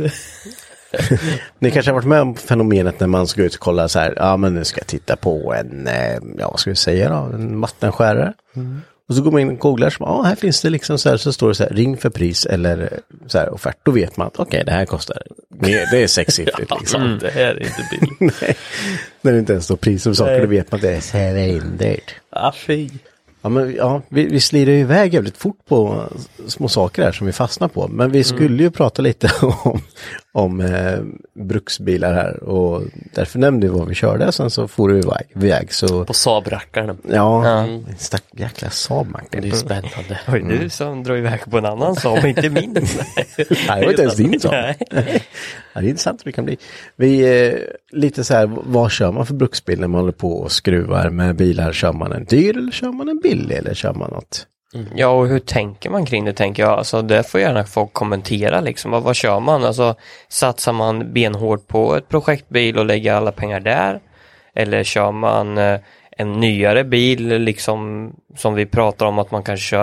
Ni kanske har varit med om fenomenet när man ska ut och kolla så här, ja men nu ska jag titta på en, vad ska vi säga då, en vattenskärare. Och så går man in och googlar, så här finns det liksom så här, så står det så här, ring för pris eller så här offert. Då vet man att okej, det här kostar, det är sexsiffrigt liksom. Det här är inte billigt. Nej, när det inte ens står pris som saker, då vet man att det är så här indyrt. Fy. Ja, men vi slirar ju iväg jävligt fort på små saker här som vi fastnar på. Men vi skulle ju prata lite om bruksbilar här. Och därför nämnde vi vad vi körde. Sen så får vi iväg. Så... På Saab-rackarna. Ja, jäkla Saab-macken. Det är spännande. Det var ju du som drog iväg på en annan Saab, inte min. Nej, det var inte ens din Saab. Ja, det är intressant hur det kan bli. Lite så här, vad kör man för bruksbil när man håller på och skruvar med bilar? Kör man en dyr eller kör man en billig eller kör man något? Ja, och hur tänker man kring det, tänker jag. Alltså, det får gärna folk kommentera liksom. Vad kör man? Alltså, satsar man benhårt på ett projektbil och lägger alla pengar där? Eller kör man en nyare bil liksom, som vi pratar om, att man kanske kör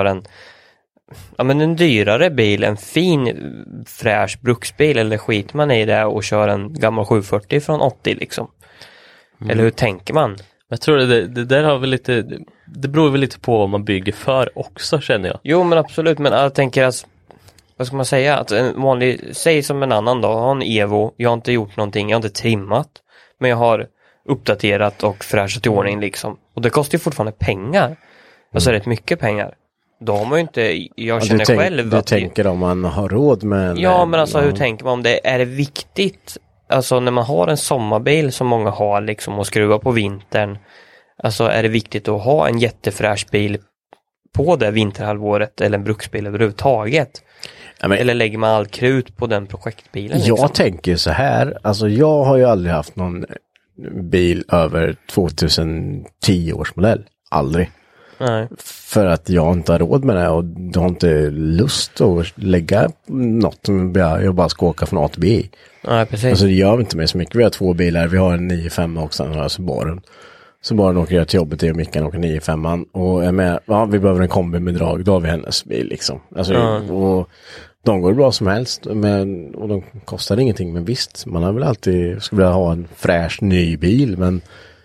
en dyrare bil, en fin fräsch bruksbil, eller skiter man i det och kör en gammal 740 från 80 liksom? Eller hur tänker man? Jag tror det där har väl lite, det beror väl lite på vad man bygger för också, känner jag. Jo, men absolut, men jag tänker att, vad ska man säga, att en vanlig, säg som en annan då, har en Evo, jag har inte gjort någonting, jag har inte trimmat, men jag har uppdaterat och fräschat i ordning liksom, och det kostar ju fortfarande pengar, alltså rätt mycket pengar. Då har man ju inte, jag känner själv du tänker om man har råd med ja, men alltså hur tänker man om det, är det viktigt, alltså när man har en sommarbil som många har liksom och skruva på vintern, alltså är det viktigt att ha en jättefräsch bil på det vinterhalvåret, eller en bruksbil överhuvudtaget? Ja, men, eller lägger man all krut på den projektbilen liksom? Jag tänker så här, alltså jag har ju aldrig haft någon bil över 2010 års modell, aldrig. Nej. För att jag inte har råd med det, och du har inte lust att lägga något som jag bara ska åka från A till B. Nej, precis. Alltså det gör inte mig så mycket. Vi har 2 bilar, vi har en 9-5 också, alltså Subarun. Subarun åker jag till jobbet och Mickan åker 9-5. Och är med, vi behöver en kombi med drag, då har vi hennes bil liksom. Alltså, och de går bra som helst, och de kostar ingenting, men visst, man har väl alltid skulle vilja ha en fräsch ny bil, men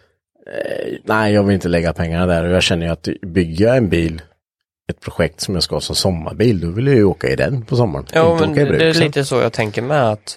nej, jag vill inte lägga pengarna där, och jag känner ju att bygga en bil, ett projekt som jag ska ha som sommarbil, då vill jag ju åka i den på sommaren. Ja, men det är lite så jag tänker med att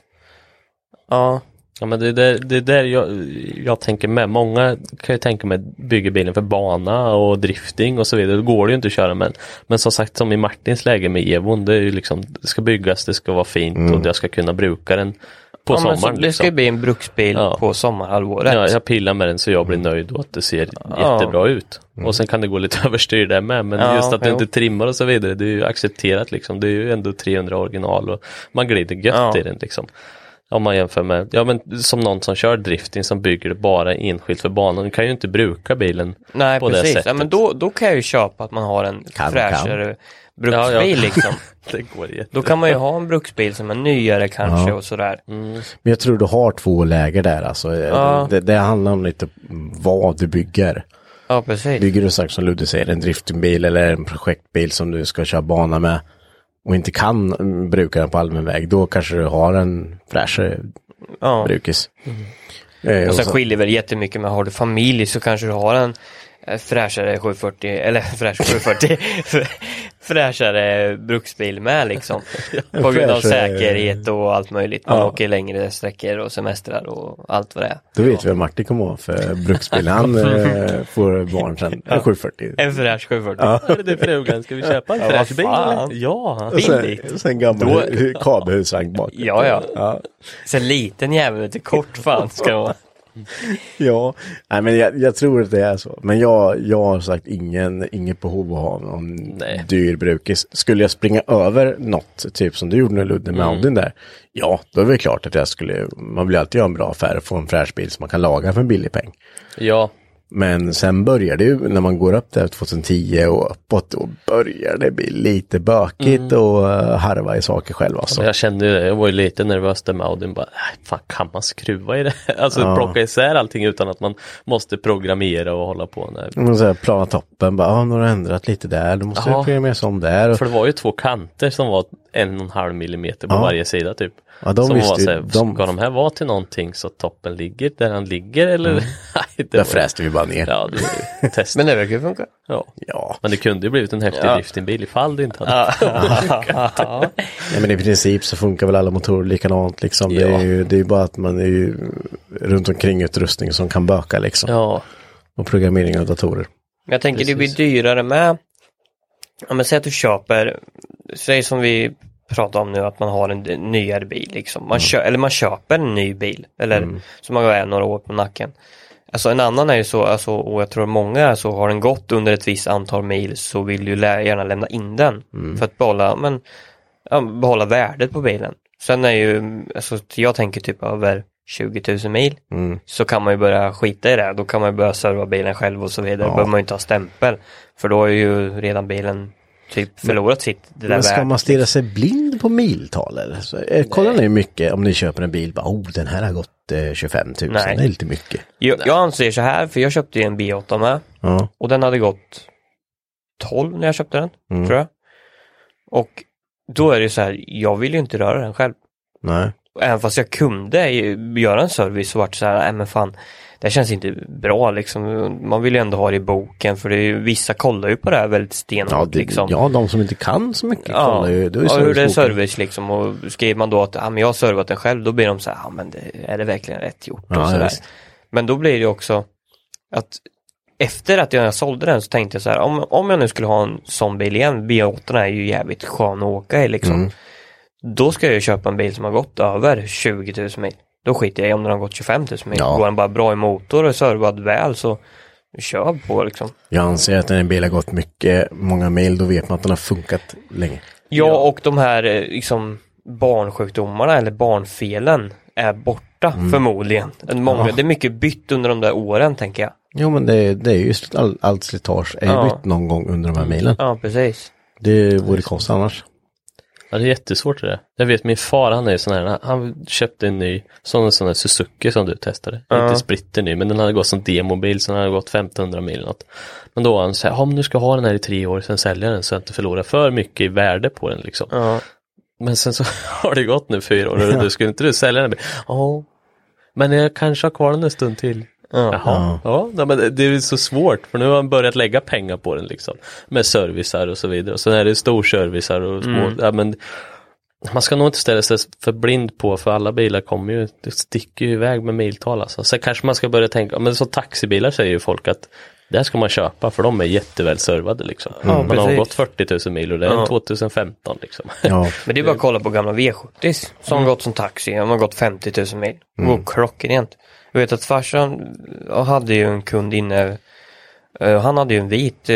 ja, men det är där jag tänker med. Många kan ju tänka med bygga bilen för bana och drifting och så vidare. Det går det ju inte att köra, men som sagt, som i Martins läge med Evon, det är ju liksom, det ska byggas, det ska vara fint och jag ska kunna bruka den på sommaren. Det ska ju bli en bruksbil på sommarhalvåret. Ja, jag pillar med den så jag blir nöjd och att det ser jättebra ut. Och sen kan det gå lite överstyr där med, men just att det inte trimmar och så vidare, det är ju accepterat liksom. Det är ju ändå 300 original och man glider gött i den liksom. Om man jämför med, men som någon som kör drifting som bygger det bara enskilt för banan, du kan ju inte bruka bilen på det sättet. Ja, men då kan jag ju köpa att man har en fräschare bruksbil liksom. Det går då kan man ju ha en bruksbil som är nyare kanske och sådär. Men jag tror du har 2 läger där alltså. Det handlar om lite vad du bygger. Ja, precis. Bygger du sagt som Ludde säger, en driftingbil eller en projektbil som du ska köra bana med och inte kan bruka den på allmän väg, då kanske du har en fräschare brukis. Och sen skiljer väl jättemycket med, har du familj så kanske du har en fräschare 740 eller fräschare bruksbil med liksom. På grund av säkerhet och allt möjligt. Man åker längre sträckor och semestrar och allt vad det är. Då vet vi vad Martin kommer ha för bruksbil. Han får barn sen. En 740. En fräsch 740. Ja. Det är frugan. Ska vi köpa en fräsch bil? Ja. Sen gammal kabelhusvagn bak. Ja. Sen liten jävel till kort fan ska det vara. Ja, nej, men jag tror att det är så. Men jag har sagt inget behov av att ha någon dyr brukis. Skulle jag springa över något, typ som du gjorde när Ludde med Audin där, ja, då är det klart att man vill alltid göra en bra affär och få en fräsch bil som man kan laga för en billig peng. Ja. Men sen börjar det ju, när man går upp där 2010 och uppåt, då börjar det bli lite bökigt och harva i saker själv. Alltså. Jag kände ju det, jag var ju lite nervös där med Audin, bara, fan kan man skruva i det? Alltså plocka isär allting utan att man måste programmera och hålla på. Man säger plana toppen, bara, nu har du ändrat lite där, du måste programmera som där. För det var ju 2 kanter som var 1,5 millimeter på varje sida typ. Ja, de som visste var såhär, ska de här vara till någonting så att toppen ligger där han ligger eller? Nej, där fräste vi bara ner. Ja, det test. Men det verkar funka. Ja. Men det kunde ju blivit en häftig driftingbil ifall det inte hade Ja, men i princip så funkar väl alla motorer likadant liksom. Det är ju bara att man är ju runt omkring utrustning som kan böka liksom. Ja. Och programmering av datorer. Jag tänker det blir dyrare med. Ja, men säg att du köper, säg som vi pratar om nu, att man har en nyare bil liksom. Man köper en ny bil eller som man är några år på nacken. Alltså en annan är ju så, alltså, och jag tror många är så, har den gått under ett visst antal mil så vill du gärna lämna in den för att behålla värdet på bilen. Sen är ju, alltså jag tänker typ över 20 000 mil så kan man ju börja skita i det. Då kan man ju börja serva bilen själv och så vidare. Då behöver man ju inte ha stämpel. För då är ju redan bilen typ förlorat sitt. Det där ska man stirra sig blind på miltal eller? Så, kollar ni mycket om ni köper en bil, bara, den här har gått 25 000, det är lite mycket. Jag anser så här, för jag köpte ju en B8 med och den hade gått 12 när jag köpte den, tror jag. Och då är det så här, jag vill ju inte röra den själv. Nej. Även fast jag kunde göra en service så var det så här, men fan, det känns inte bra liksom. Man vill ju ändå ha det i boken, för det är ju, vissa kollar ju på det här väldigt stenhårt liksom. Ja, de som inte kan så mycket kollar ju. Hur det är service liksom, och skriver man då att men jag har servat den själv, då blir de så här, men är det verkligen rätt gjort och så där. Men då blir det ju också att efter att jag sålde den så tänkte jag så här, om jag nu skulle ha en sån bil igen, B8 är ju jävligt skön att åka i liksom. Då ska jag ju köpa en bil som har gått över 20 000 mil. Då skiter jag i om den har gått 25 000 mil. Går den bara bra i motor och servad väl, så kör på liksom. Jag anser att när en bil har gått många mil, då vet man att den har funkat länge. Ja, och de här liksom barnsjukdomarna eller barnfelen är borta förmodligen. Det är mycket bytt under de där åren, tänker jag. Jo, men det är ju allt slitage är bytt någon gång under de här milen. Ja, precis. Det vore konstigt annars. Ja, det är jättesvårt det. Jag vet, min far, han är ju sån här, han köpte en ny sån här Suzuki som du testade. Inte splitter ny, men den hade gått som demobil, så den hade gått 1500 mil något. Men då han säger, men du ska ha den här i 3 år, sen sälja den så att du inte förlorar för mycket i värde på den liksom. Men sen så har det gått nu 4 år och du skulle inte sälja den. Men jag kanske har kvar den en stund till. Men det är så svårt, för nu har man börjat lägga pengar på den liksom, med servicer och så vidare, och sen är det storservicer och små, men man ska nog inte ställa sig för blind på, för alla bilar kommer ju, det sticker ju iväg med miltal alltså. Så kanske man ska börja tänka, men så taxibilar säger ju folk att det här ska man köpa, för de är jätteväl servade liksom. Man har gått 40 000 mil och det är 2015 liksom. Men det är bara att kolla på gamla V70 som har gått som taxi, de har gått 50 000 mil. Går klockrent. Jag vet att farsan hade ju en kund inne, han hade ju en vit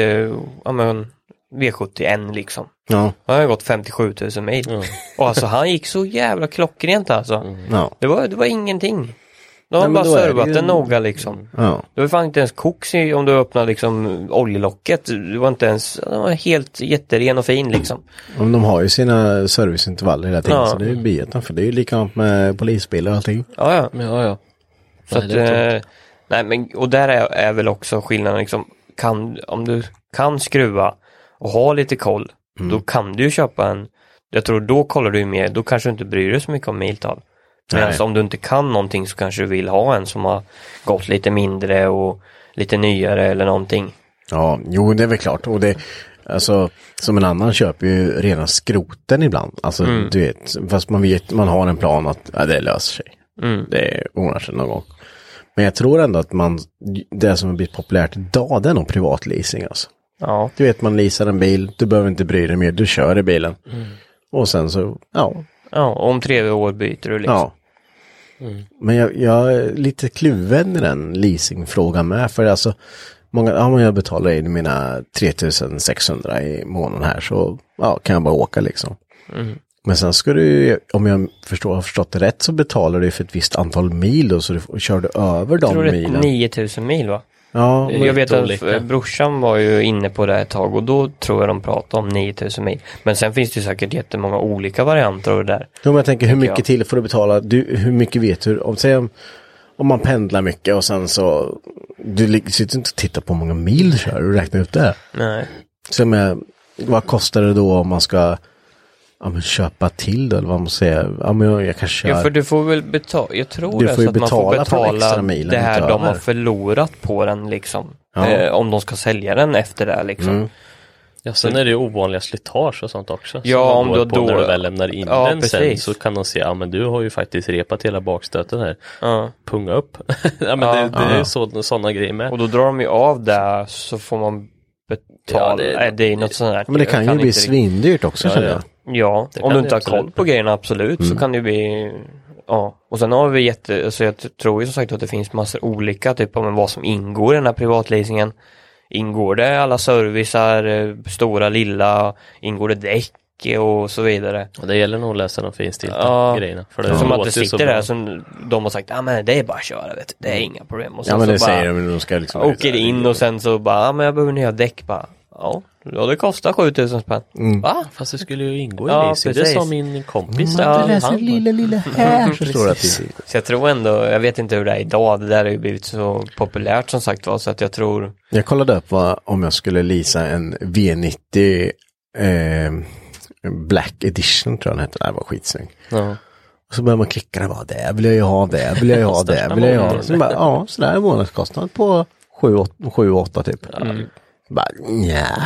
V71 liksom. Han har gått 57 000 mil. Och alltså han gick så jävla klockrent alltså. Det var ingenting. De har bara servat den noga liksom. Det var fan inte ens koks om du öppnade liksom oljelocket. Det var inte ens, det var helt jätteren och fin liksom. De har ju sina serviceintervaller hela tiden, så det är ju bieten, för det är ju likadant med polisbilar och allting. Ja. Så att, nej men, och där är väl också skillnaden liksom, om du kan skruva och ha lite koll, då kan du ju köpa jag tror då kollar du mer, då kanske du inte bryr dig så mycket om miltal. Men alltså, om du inte kan någonting så kanske du vill ha en som har gått lite mindre och lite nyare eller någonting. Ja, jo det är väl klart, och det, alltså, som en annan köper ju rena skroten ibland, alltså du vet, fast man har en plan att det löser sig. Det ordnar sig någon gång. Men jag tror ändå att det som har blivit populärt idag, det är nog privatleasing alltså. Ja. Du vet, man leasar en bil, du behöver inte bry dig mer, du kör i bilen. Och sen så, om 3 år byter du liksom. Men jag är lite kluven i den leasingfrågan med, för alltså många, jag betalar in mina 3600 i månaden här, så kan jag bara åka liksom. Men sen ska du, om jag har förstått det rätt, så betalar du för ett visst antal mil då, så du kör du över de milen. Jag tror det är 9000 mil va? Ja, Jag vet att olika. brorsan var ju inne på det ett tag och då tror jag de pratade om 9000 mil. Men sen finns det ju säkert jättemånga olika varianter av det där. Jo, men jag tänker hur mycket till får du betala? Hur mycket vet du? Om man pendlar mycket och sen så du sitter inte och tittar på hur många mil du kör och räknar ut det. Nej. Så vad kostar det då om man ska köpa till det eller vad man säger? Ja, men jag kanske kör. Ja, för du får väl betala. Jag tror Du det får så ju att man får betala betala milen det här utöver. de har förlorat på den liksom. Ja. Om de ska sälja den efter det liksom. Mm. Ja, sen är det ju ovanliga slitage och sånt också. Ja, om du då när du väl lämnar in ja, den sen precis. så kan de se, ja men du har ju faktiskt repat hela bakstöten här. Ja. Punga upp. Ja, men det är sådana grejer med. Och då drar de ju av där så får man betala. Ja, det är något sånt där. Men det kan ju bli inte svindyrt också, känner jag. Ja, Det om kan du det inte har absolut koll på bli. grejerna absolut så kan det bli, ja. Och sen har vi så jag tror ju som sagt att det finns massor olika typ om vad som ingår i den här privatleasingen. Ingår det alla servicer, stora, lilla, ingår det däck och så vidare. Och det gäller nog att läsa de finstilta grejerna. För det som att det låter ju så sitter där bra. som de har sagt, men det är bara att köra, vet du. Det är inga problem. Och sen Ja, men så det bara, säger de, de ska liksom... åker in och sen så bara, men jag behöver nya däck bara. Ja, det kostar 7000 spänn. Va? Fast det skulle ju ingå i Ja, leasing. Det precis. sa min kompis. Ja, att han lilla här. Så står det att Så jag tror ändå, jag vet inte hur det är idag, det där har ju blivit så populärt som sagt var, så att jag tror... Jag kollade upp om jag skulle leasa en V90 Black Edition, tror jag den hette. Det här var skitsnygg. Ja. Och så börjar man klicka där, bara, det vill jag ju ha, det vill jag ju ha, det vill jag ju ha. Så bara, ja, så där är månadskostnad på 7-8 typ. Bara, nja.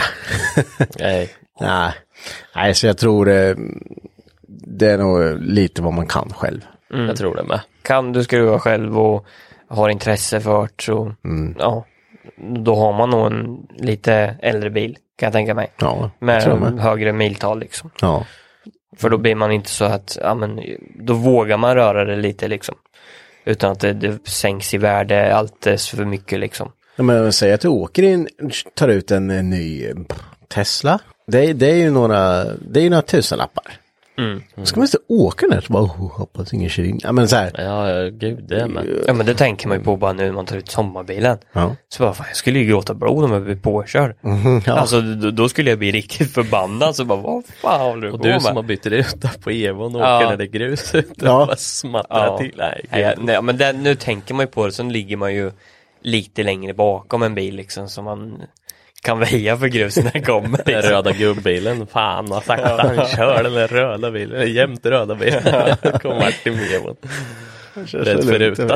Nej, så jag tror det är nog lite vad man kan själv. Jag tror det med. Kan du skruva själv och har intresse för det så, ja, då har man nog en lite äldre bil, kan jag tänka mig. Ja, med tror jag med. högre miltal liksom. Ja. För då blir man inte så att, då vågar man röra det lite liksom. Utan att det sänks i värde alldeles för mycket liksom. Ja, men säg att du åker in, tar ut en ny Tesla. Det är ju några tusenlappar. Ska man inte åka där så bara hoppas ingen kör in. Ja, men så här. Ja, gud, det är med. Ja, men det tänker man ju på bara nu när man tar ut sommarbilen. Ja. Så bara, fan, jag skulle ju gråta blod om jag blir påkörd. Ja. Alltså då skulle jag bli riktigt förbannad. Så bara, vad fan håller du Och på du med? som har bytt ruta på Evon och Ja. åker när det är grus ut. Ja. Bara smattrar till. Nej, men nu tänker man ju på det. Sen ligger man ju lite längre bakom en bil liksom. Så man kan väja för grus när det kommer. Den Liksom. röda gubbbilen, fan vad sakta han kör den där röda bilen, den jämt röda bilen. Kom Martin med Evon. Rädd för rutan.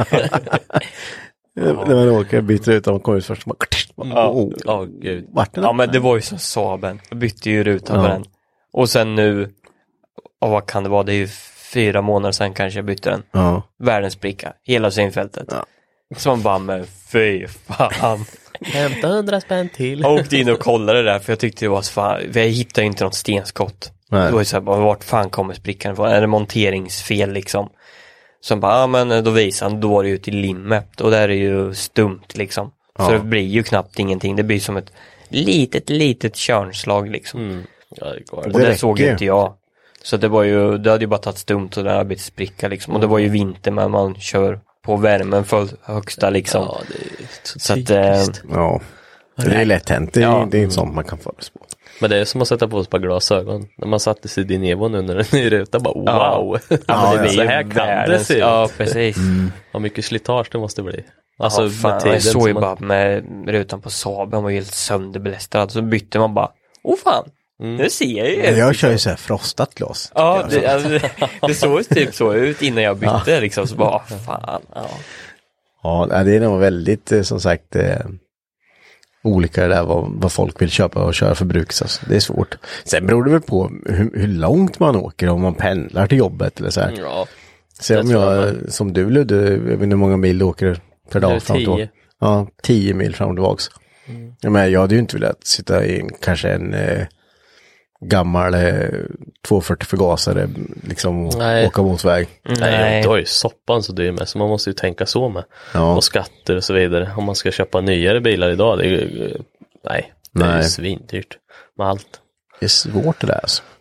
När man åker byter ut, man kommer ut först och bara... Gud. Ja, men det var ju som Saaben. Jag bytte ju ruta på den. Och sen nu, vad kan det vara? Det är ju 4 månader sedan kanske jag bytte den. Ja. Världens bricka, hela synfältet. Ja. Så man bara, men fy fan. Hämta 100 spänn till. Jag åkte in och kollade där för jag tyckte det var så fan, för jag hittade ju inte något stenskott. Nej. Det var ju så här, bara, vart fan kommer sprickan ifrån? Är det monteringsfel liksom? Så bara, men då visade han, då var det ute i limmet och där är ju stumt liksom. Så det blir ju knappt ingenting, det blir som ett litet körnslag liksom. Ja, det går. Och det räcker såg ju. inte jag. Så det var ju, det hade ju bara tagit stumt och det hade blivit spricka liksom. Och det var ju vinter men man kör på värmen för högsta liksom. Ja, det är Så att, typiskt. Ja. Det är lätt hänt. Det är inte sånt man kan förutspå. Men det är som att sätta på sig ett par glasögon. När man satte sig i din Evon under en ny ruta, bara wow. Ja, men det så blir här ju kan det världens, se ut. ja precis. Vad mycket slitage det måste bli. Alltså Ja, fan, med tiden jag såg ju som bara med rutan på Saaben var ju helt sönderbelästrad. Så bytte man bara, fan, nu ser jag ju. Jag kör ju så här frostat glas. Ja, det såg ju typ så ut innan jag bytte liksom. Så bara, fan, ja. Ja, det är nog väldigt, som sagt, olika det där vad folk vill köpa och köra för bruks. Alltså. Det är svårt. Sen beror det väl på hur långt man åker, om man pendlar till jobbet eller så här. Ja, Så om jag, som du Ludde, jag vet inte hur många mil du åker per dag fram till 10. Ja, 10 mil fram och tillbaks. Ja, men jag hade ju inte velat sitta i kanske en gammal 240 förgasare liksom och Nej. åka motsväg. Nej, då är ju soppan så dyr med, så man måste ju tänka så med. Ja. Och skatter och så vidare. Om man ska köpa nyare bilar idag, det är ju, det är ju Nej. svindyrt med allt. Det är svårt det där alltså.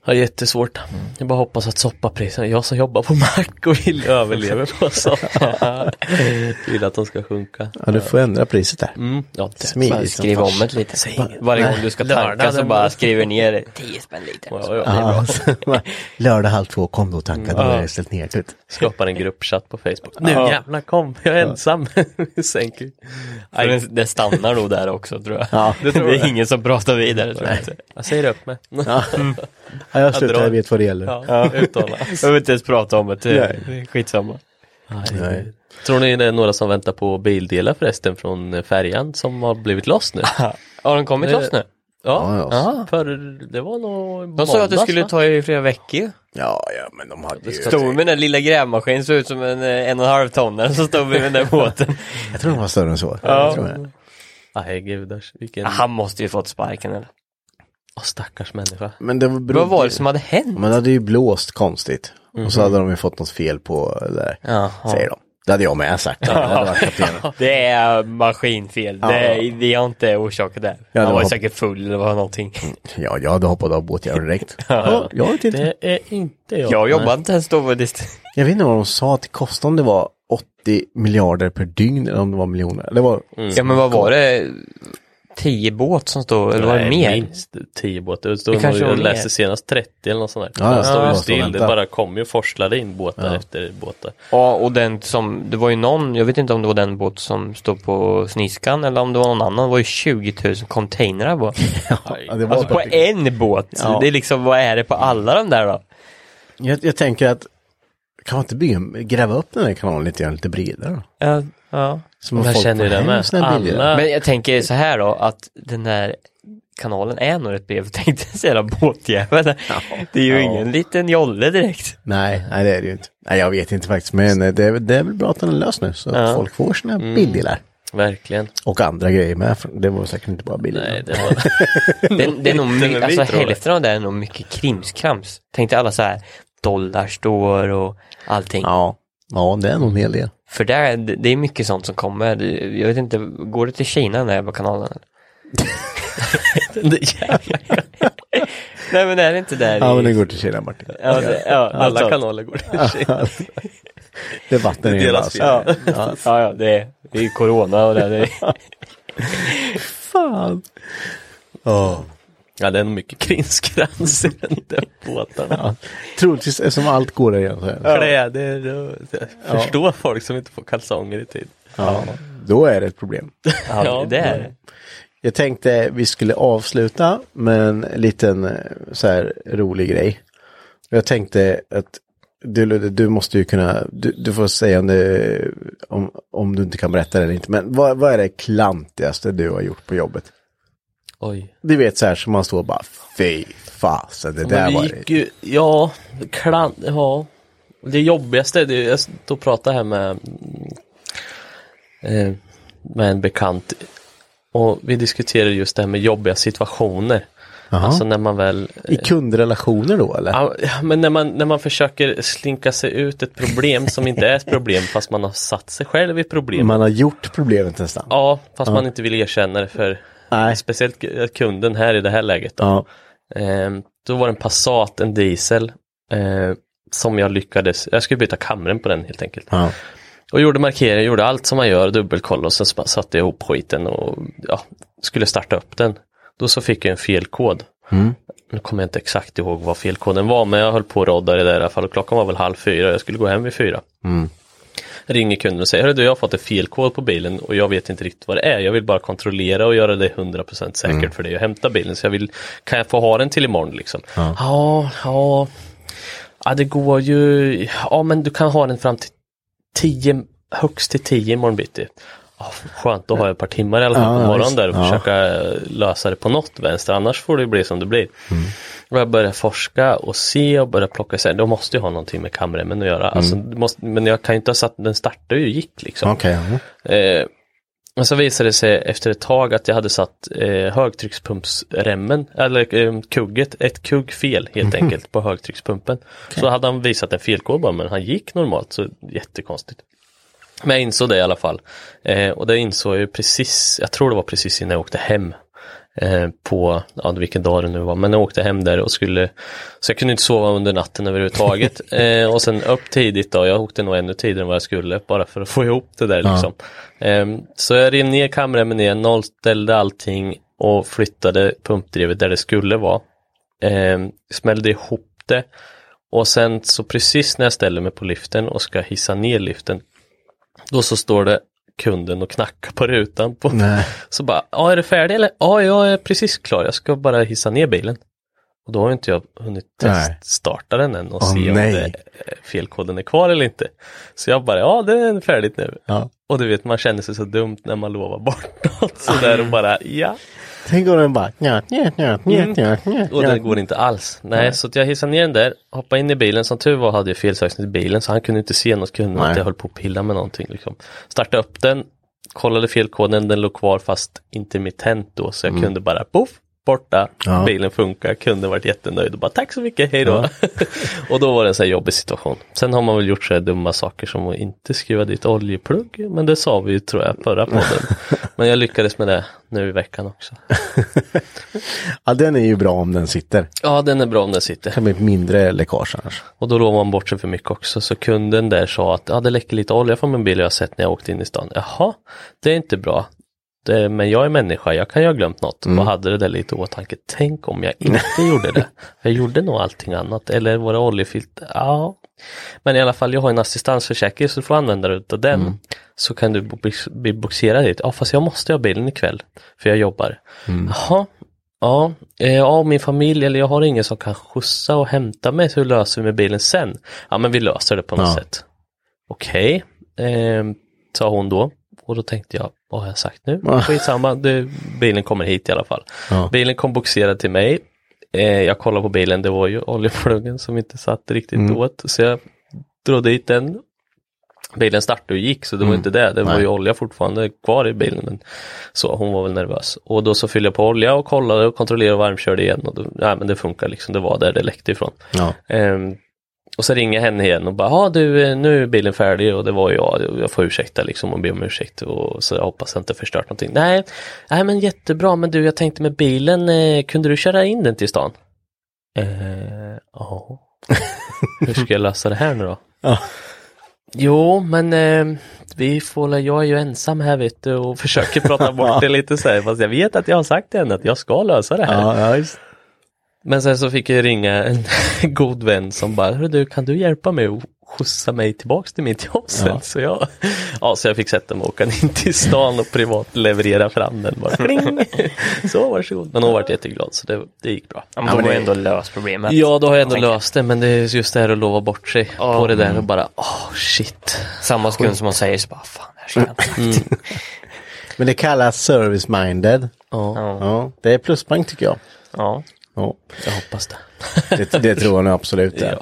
Ja, jättesvårt. Jag bara hoppas att soppapriserna, jag som jobbar på mack och vill överleva på soppa. Vill att de ska sjunka. Ja, du får ändra priset där. Ja, Smidigt. Skriv om det lite. Varje gång du ska tanka så bara skriver ner 10 spänn lite. Lördag 1:30, kom då och tanka. Då är det ställt ner ut. Skapar en gruppchatt på Facebook. Nu jävlar, kom, jag är ensam. Sänker. Det stannar nog där också, tror jag. Ja, det är ingen som pratar vidare, tror jag inte. Jag säger upp mig. Ja, jag slutar, jag vet vad det gäller. Ja, uttalas. Jag vill inte ens prata om det, är skitsamma. Nej. Tror ni det är några som väntar på bildelar förresten från färjan som har blivit loss nu? Har den kommit loss nu? Ja. För det var nog de sa att det skulle ta i flera veckor. Ja, men de hade ju... Stod med den lilla grävmaskinen, såg ut som en 1,5 tonner, så stod vi med den där båten. Jag tror de var större än så. Nej, gudars. Han måste ju fått sparken, eller? Stackars människa. Men det vad var det som hade hänt? Man hade ju blåst konstigt. Och så hade de ju fått något fel på det där, säger de. Det hade jag med sagt. Det är maskinfel. Det är inte orsakat där. Han var säkert full eller var någonting. Ja, jag hade hoppat av båtjäveln direkt. Jag vet inte. Det är inte jag. Jag jobbade inte ens då. Jag vet inte vad de sa till kostnaden. Om det var 80 miljarder per dygn eller om det var miljoner. Det var... Ja, men vad var det? 10 båt som stod, eller var det mer? Minst 10 båtar. Jag läste senast 30 eller något sånt där. Ja, det står ju still, det bara kom ju och forslade in båtar efter båtar. Ja, och den som, det var ju någon, jag vet inte om det var den båt som stod på Sniskan eller om det var någon annan, det var ju 20 000 containrar på. Det var alltså på en båt. Ja. Det är liksom, vad är det på alla de där då? Jag tänker att kan man inte gräva upp den här kanalen lite bredare då? Ja. Som man känner ju det med. Alla... Men jag tänker så här då, att den där kanalen är nog ett brev, tänkte säga båtjäveln. Det är ju ingen liten jolle direkt. Nej, det är det ju inte. Nej, jag vet inte faktiskt, men det är väl bra att den är lös nu, så att folk får sina bildelar. Verkligen. Och andra grejer med, det var säkert inte bara bilder. Nej, det var... det är nog mycket, alltså hälften av det är nog mycket krimskrams. Tänkte alla så här, dollarstore och allting. Ja, det är nog en hel del. För det är mycket sånt som kommer. Jag vet inte, går det till Kina den här jävla kanalen? Nej, men är det inte där? Ja, men det går till Kina, Martin. Alla kanaler går till Kina. Det är vatten i deras. Ja, det är ju corona och det. Fan. Ja, det är nog mycket krinskrans i den där båtarna. Troligtvis eftersom allt går där igen. Kläder, förstå folk som inte får kalsonger i tid. Ja, då är det ett problem. Ja, det är det. Jag tänkte vi skulle avsluta med en liten så här rolig grej. Jag tänkte att du måste ju kunna, du får säga om du inte kan berätta det eller inte. Men vad är det klantigaste du har gjort på jobbet? Oj. Du vet så här som man står och bara, fy fasen, det där var det. Ja, det jobbigaste, jag står och pratar här med en bekant. Och vi diskuterar just det här med jobbiga situationer. Aha. Alltså när man väl... I kundrelationer då, eller? Ja, men när man försöker slinka sig ut ett problem som inte är ett problem fast man har satt sig själv i problem. Man har gjort problemet nästan. Ja, fast man inte vill erkänna det för speciellt kunden här i det här läget. Då, då var det en Passat, en diesel som jag skulle byta kameran på den helt enkelt. Ja. Och gjorde markering, gjorde allt som man gör, dubbelkoll och sen satte jag ihop skiten och skulle starta upp den. Då så fick jag en felkod. Nu kommer jag inte exakt ihåg vad felkoden var, men jag höll på att rodda det där i alla fall och klockan var väl 3:30, jag skulle gå hem vid 4. Ringer kunden och säger, hörru du, jag har fått en felkod på bilen och jag vet inte riktigt vad det är. Jag vill bara kontrollera och göra det 100% säkert för dig och hämta bilen. Så kan jag få ha den till imorgon liksom? Ja, det går ju, men du kan ha den fram till 10, högst till 10 imorgon bitti. Skönt, då har jag ett par timmar i alla fall på morgonen där och försöka lösa det på något vänster, annars får det bli som det blir. Och jag började forska och se och började plocka sig. Då måste jag ha någonting med kameran att göra. Alltså, men jag kan ju inte ha satt, den startade ju gick liksom. Men så visade det sig efter ett tag att jag hade satt högtryckspumpsremmen eller ett kugg fel helt enkelt på högtryckspumpen. Så hade han visat en felkod bara, men han gick normalt, så jättekonstigt. Men jag insåg det i alla fall. Och det insåg jag precis, jag tror det var precis innan jag åkte hem. på vilken dag det nu var, men jag åkte hem där och skulle, så jag kunde inte sova under natten överhuvudtaget. Och sen upp tidigt då, jag åkte nog ännu tidigare än vad jag skulle, bara för att få ihop det där liksom. Så jag rev ner kamremmen ner, nollställde allting och flyttade pumpdrivet där det skulle vara. Smällde ihop det, och sen så precis när jag ställer mig på liften och ska hissa ner liften, då så står det kunden och knackar på rutan på. Så bara, är det färdigt eller? Ja, jag är precis klar, jag ska bara hissa ner bilen. Och då har inte jag hunnit starta den än och se om felkoden är kvar eller inte. Så jag bara, det är färdigt nu. Och du vet, man känner sig så dumt när man lovar bort något sådär och bara, Tänk om den bara och den går inte alls. Nej, så att jag hissade ner den där, hoppade in i bilen. Som tur var hade jag felsökning i bilen, så han kunde inte se något, kunde inte, jag höll på att pilla med någonting liksom. Startade upp den, kollade felkoden, den låg kvar fast intermittent då, så jag kunde bara borta, bilen funkar, kunde varit jättenöjd och bara tack så mycket, hej då. Och då var det en sån här jobbig situation. Sen har man väl gjort så här dumma saker som att inte skriva dit oljeplugg, men det sa vi ju, tror jag, förra podden. Men jag lyckades med det nu i veckan också. Ja, den är ju bra om den sitter. Ja, den är bra om den sitter. Det kan bli ett mindre läckage annars. Och då lovar man bort sig för mycket också. Så kunden där sa att det läcker lite olja från min bil, jag har sett när jag åkte in i stan. Jaha, det är inte bra. Men jag är människa, jag kan ju ha glömt något. Och hade det där lite åtanke. Tänk om jag inte gjorde det. Jag gjorde nog allting annat. Eller våra oljefilter. Ja. Men i alla fall, jag har en assistansförsäkring, så du får använda dig av den. Så kan du bli boxerad dit. Ja, fast jag måste ha bilen ikväll. För jag jobbar. Jaha. Ja, min familj, eller jag har ingen som kan skjutsa och hämta mig. Så hur löser vi med bilen sen? Ja, men vi löser det på något sätt. Okej. Sa hon då. Och då tänkte jag, vad har jag sagt nu? Skitsamma, bilen kommer hit i alla fall. Bilen kom boxerad till mig. Jag kollade på bilen, det var ju oljepluggen som inte satt riktigt åt. Så jag drog dit den. Bilen startade och gick, så det var inte det. Det var ju olja fortfarande kvar i bilen. Så hon var väl nervös. Och då så fyllde jag på olja och kollade och kontrollerade och varmkörde igen. Och då, men det funkar liksom, det var där det läckte ifrån. Och så ringer henne igen och bara, nu är bilen färdig, och det var jag får ursäkta liksom och be om ursäkt, och så jag hoppas jag inte förstört någonting. Nej men jättebra, men jag tänkte med bilen, kunde du köra in den till stan? Ja. Hur ska jag lösa det här nu då? Jo, men jag är ju ensam här, vet du, och försöker prata bort det lite så här, fast jag vet att jag har sagt till henne att jag ska lösa det här. Just. Men sen så fick jag ringa en god vän som bara, kan du hjälpa mig och skjutsa mig tillbaks till mitt jobb sen? Så jag fick sätta mig och åka in till stan och privat leverera fram den. Bara, kling! Så, varsågod. Men hon var jätteglad, så det gick bra. Men då har jag ändå löst problemet. Ja, då har jag ändå löst det, men det är just det här att lova bort sig på det där och bara, shit. Samma sekund som man säger så bara, fan, här ska jag inte. Men det kallas service-minded. Ja. Det är pluspoäng tycker jag. Ja. Jag hoppas det. Det tror jag nog absolut är.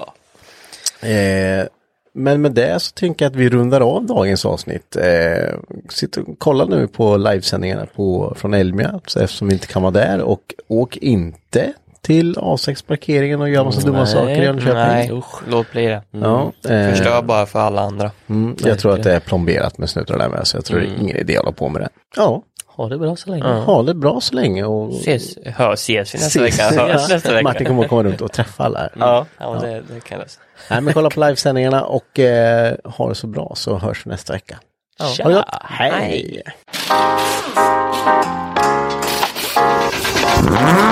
Men med det så tänker jag att vi rundar av dagens avsnitt. Sitt och kolla nu på livesändningarna från Elmia, så eftersom vi inte kan vara där, och åk inte till A6-parkeringen och gör massa dumma saker i Jönköping. Nej, låt bli det. Förstör bara för alla andra. Jag tror att det är plomberat med snutar där med, så jag tror det är ingen idé att hålla på med det. Ha det bra så länge. Ha det bra så länge. Och ses vi nästa vecka. Martin kommer komma runt och träffa alla här. Ja, det kan jag. Nej, men kolla på livesändningarna och ha det så bra, så hörs vi nästa vecka. Ha det gott. Hej!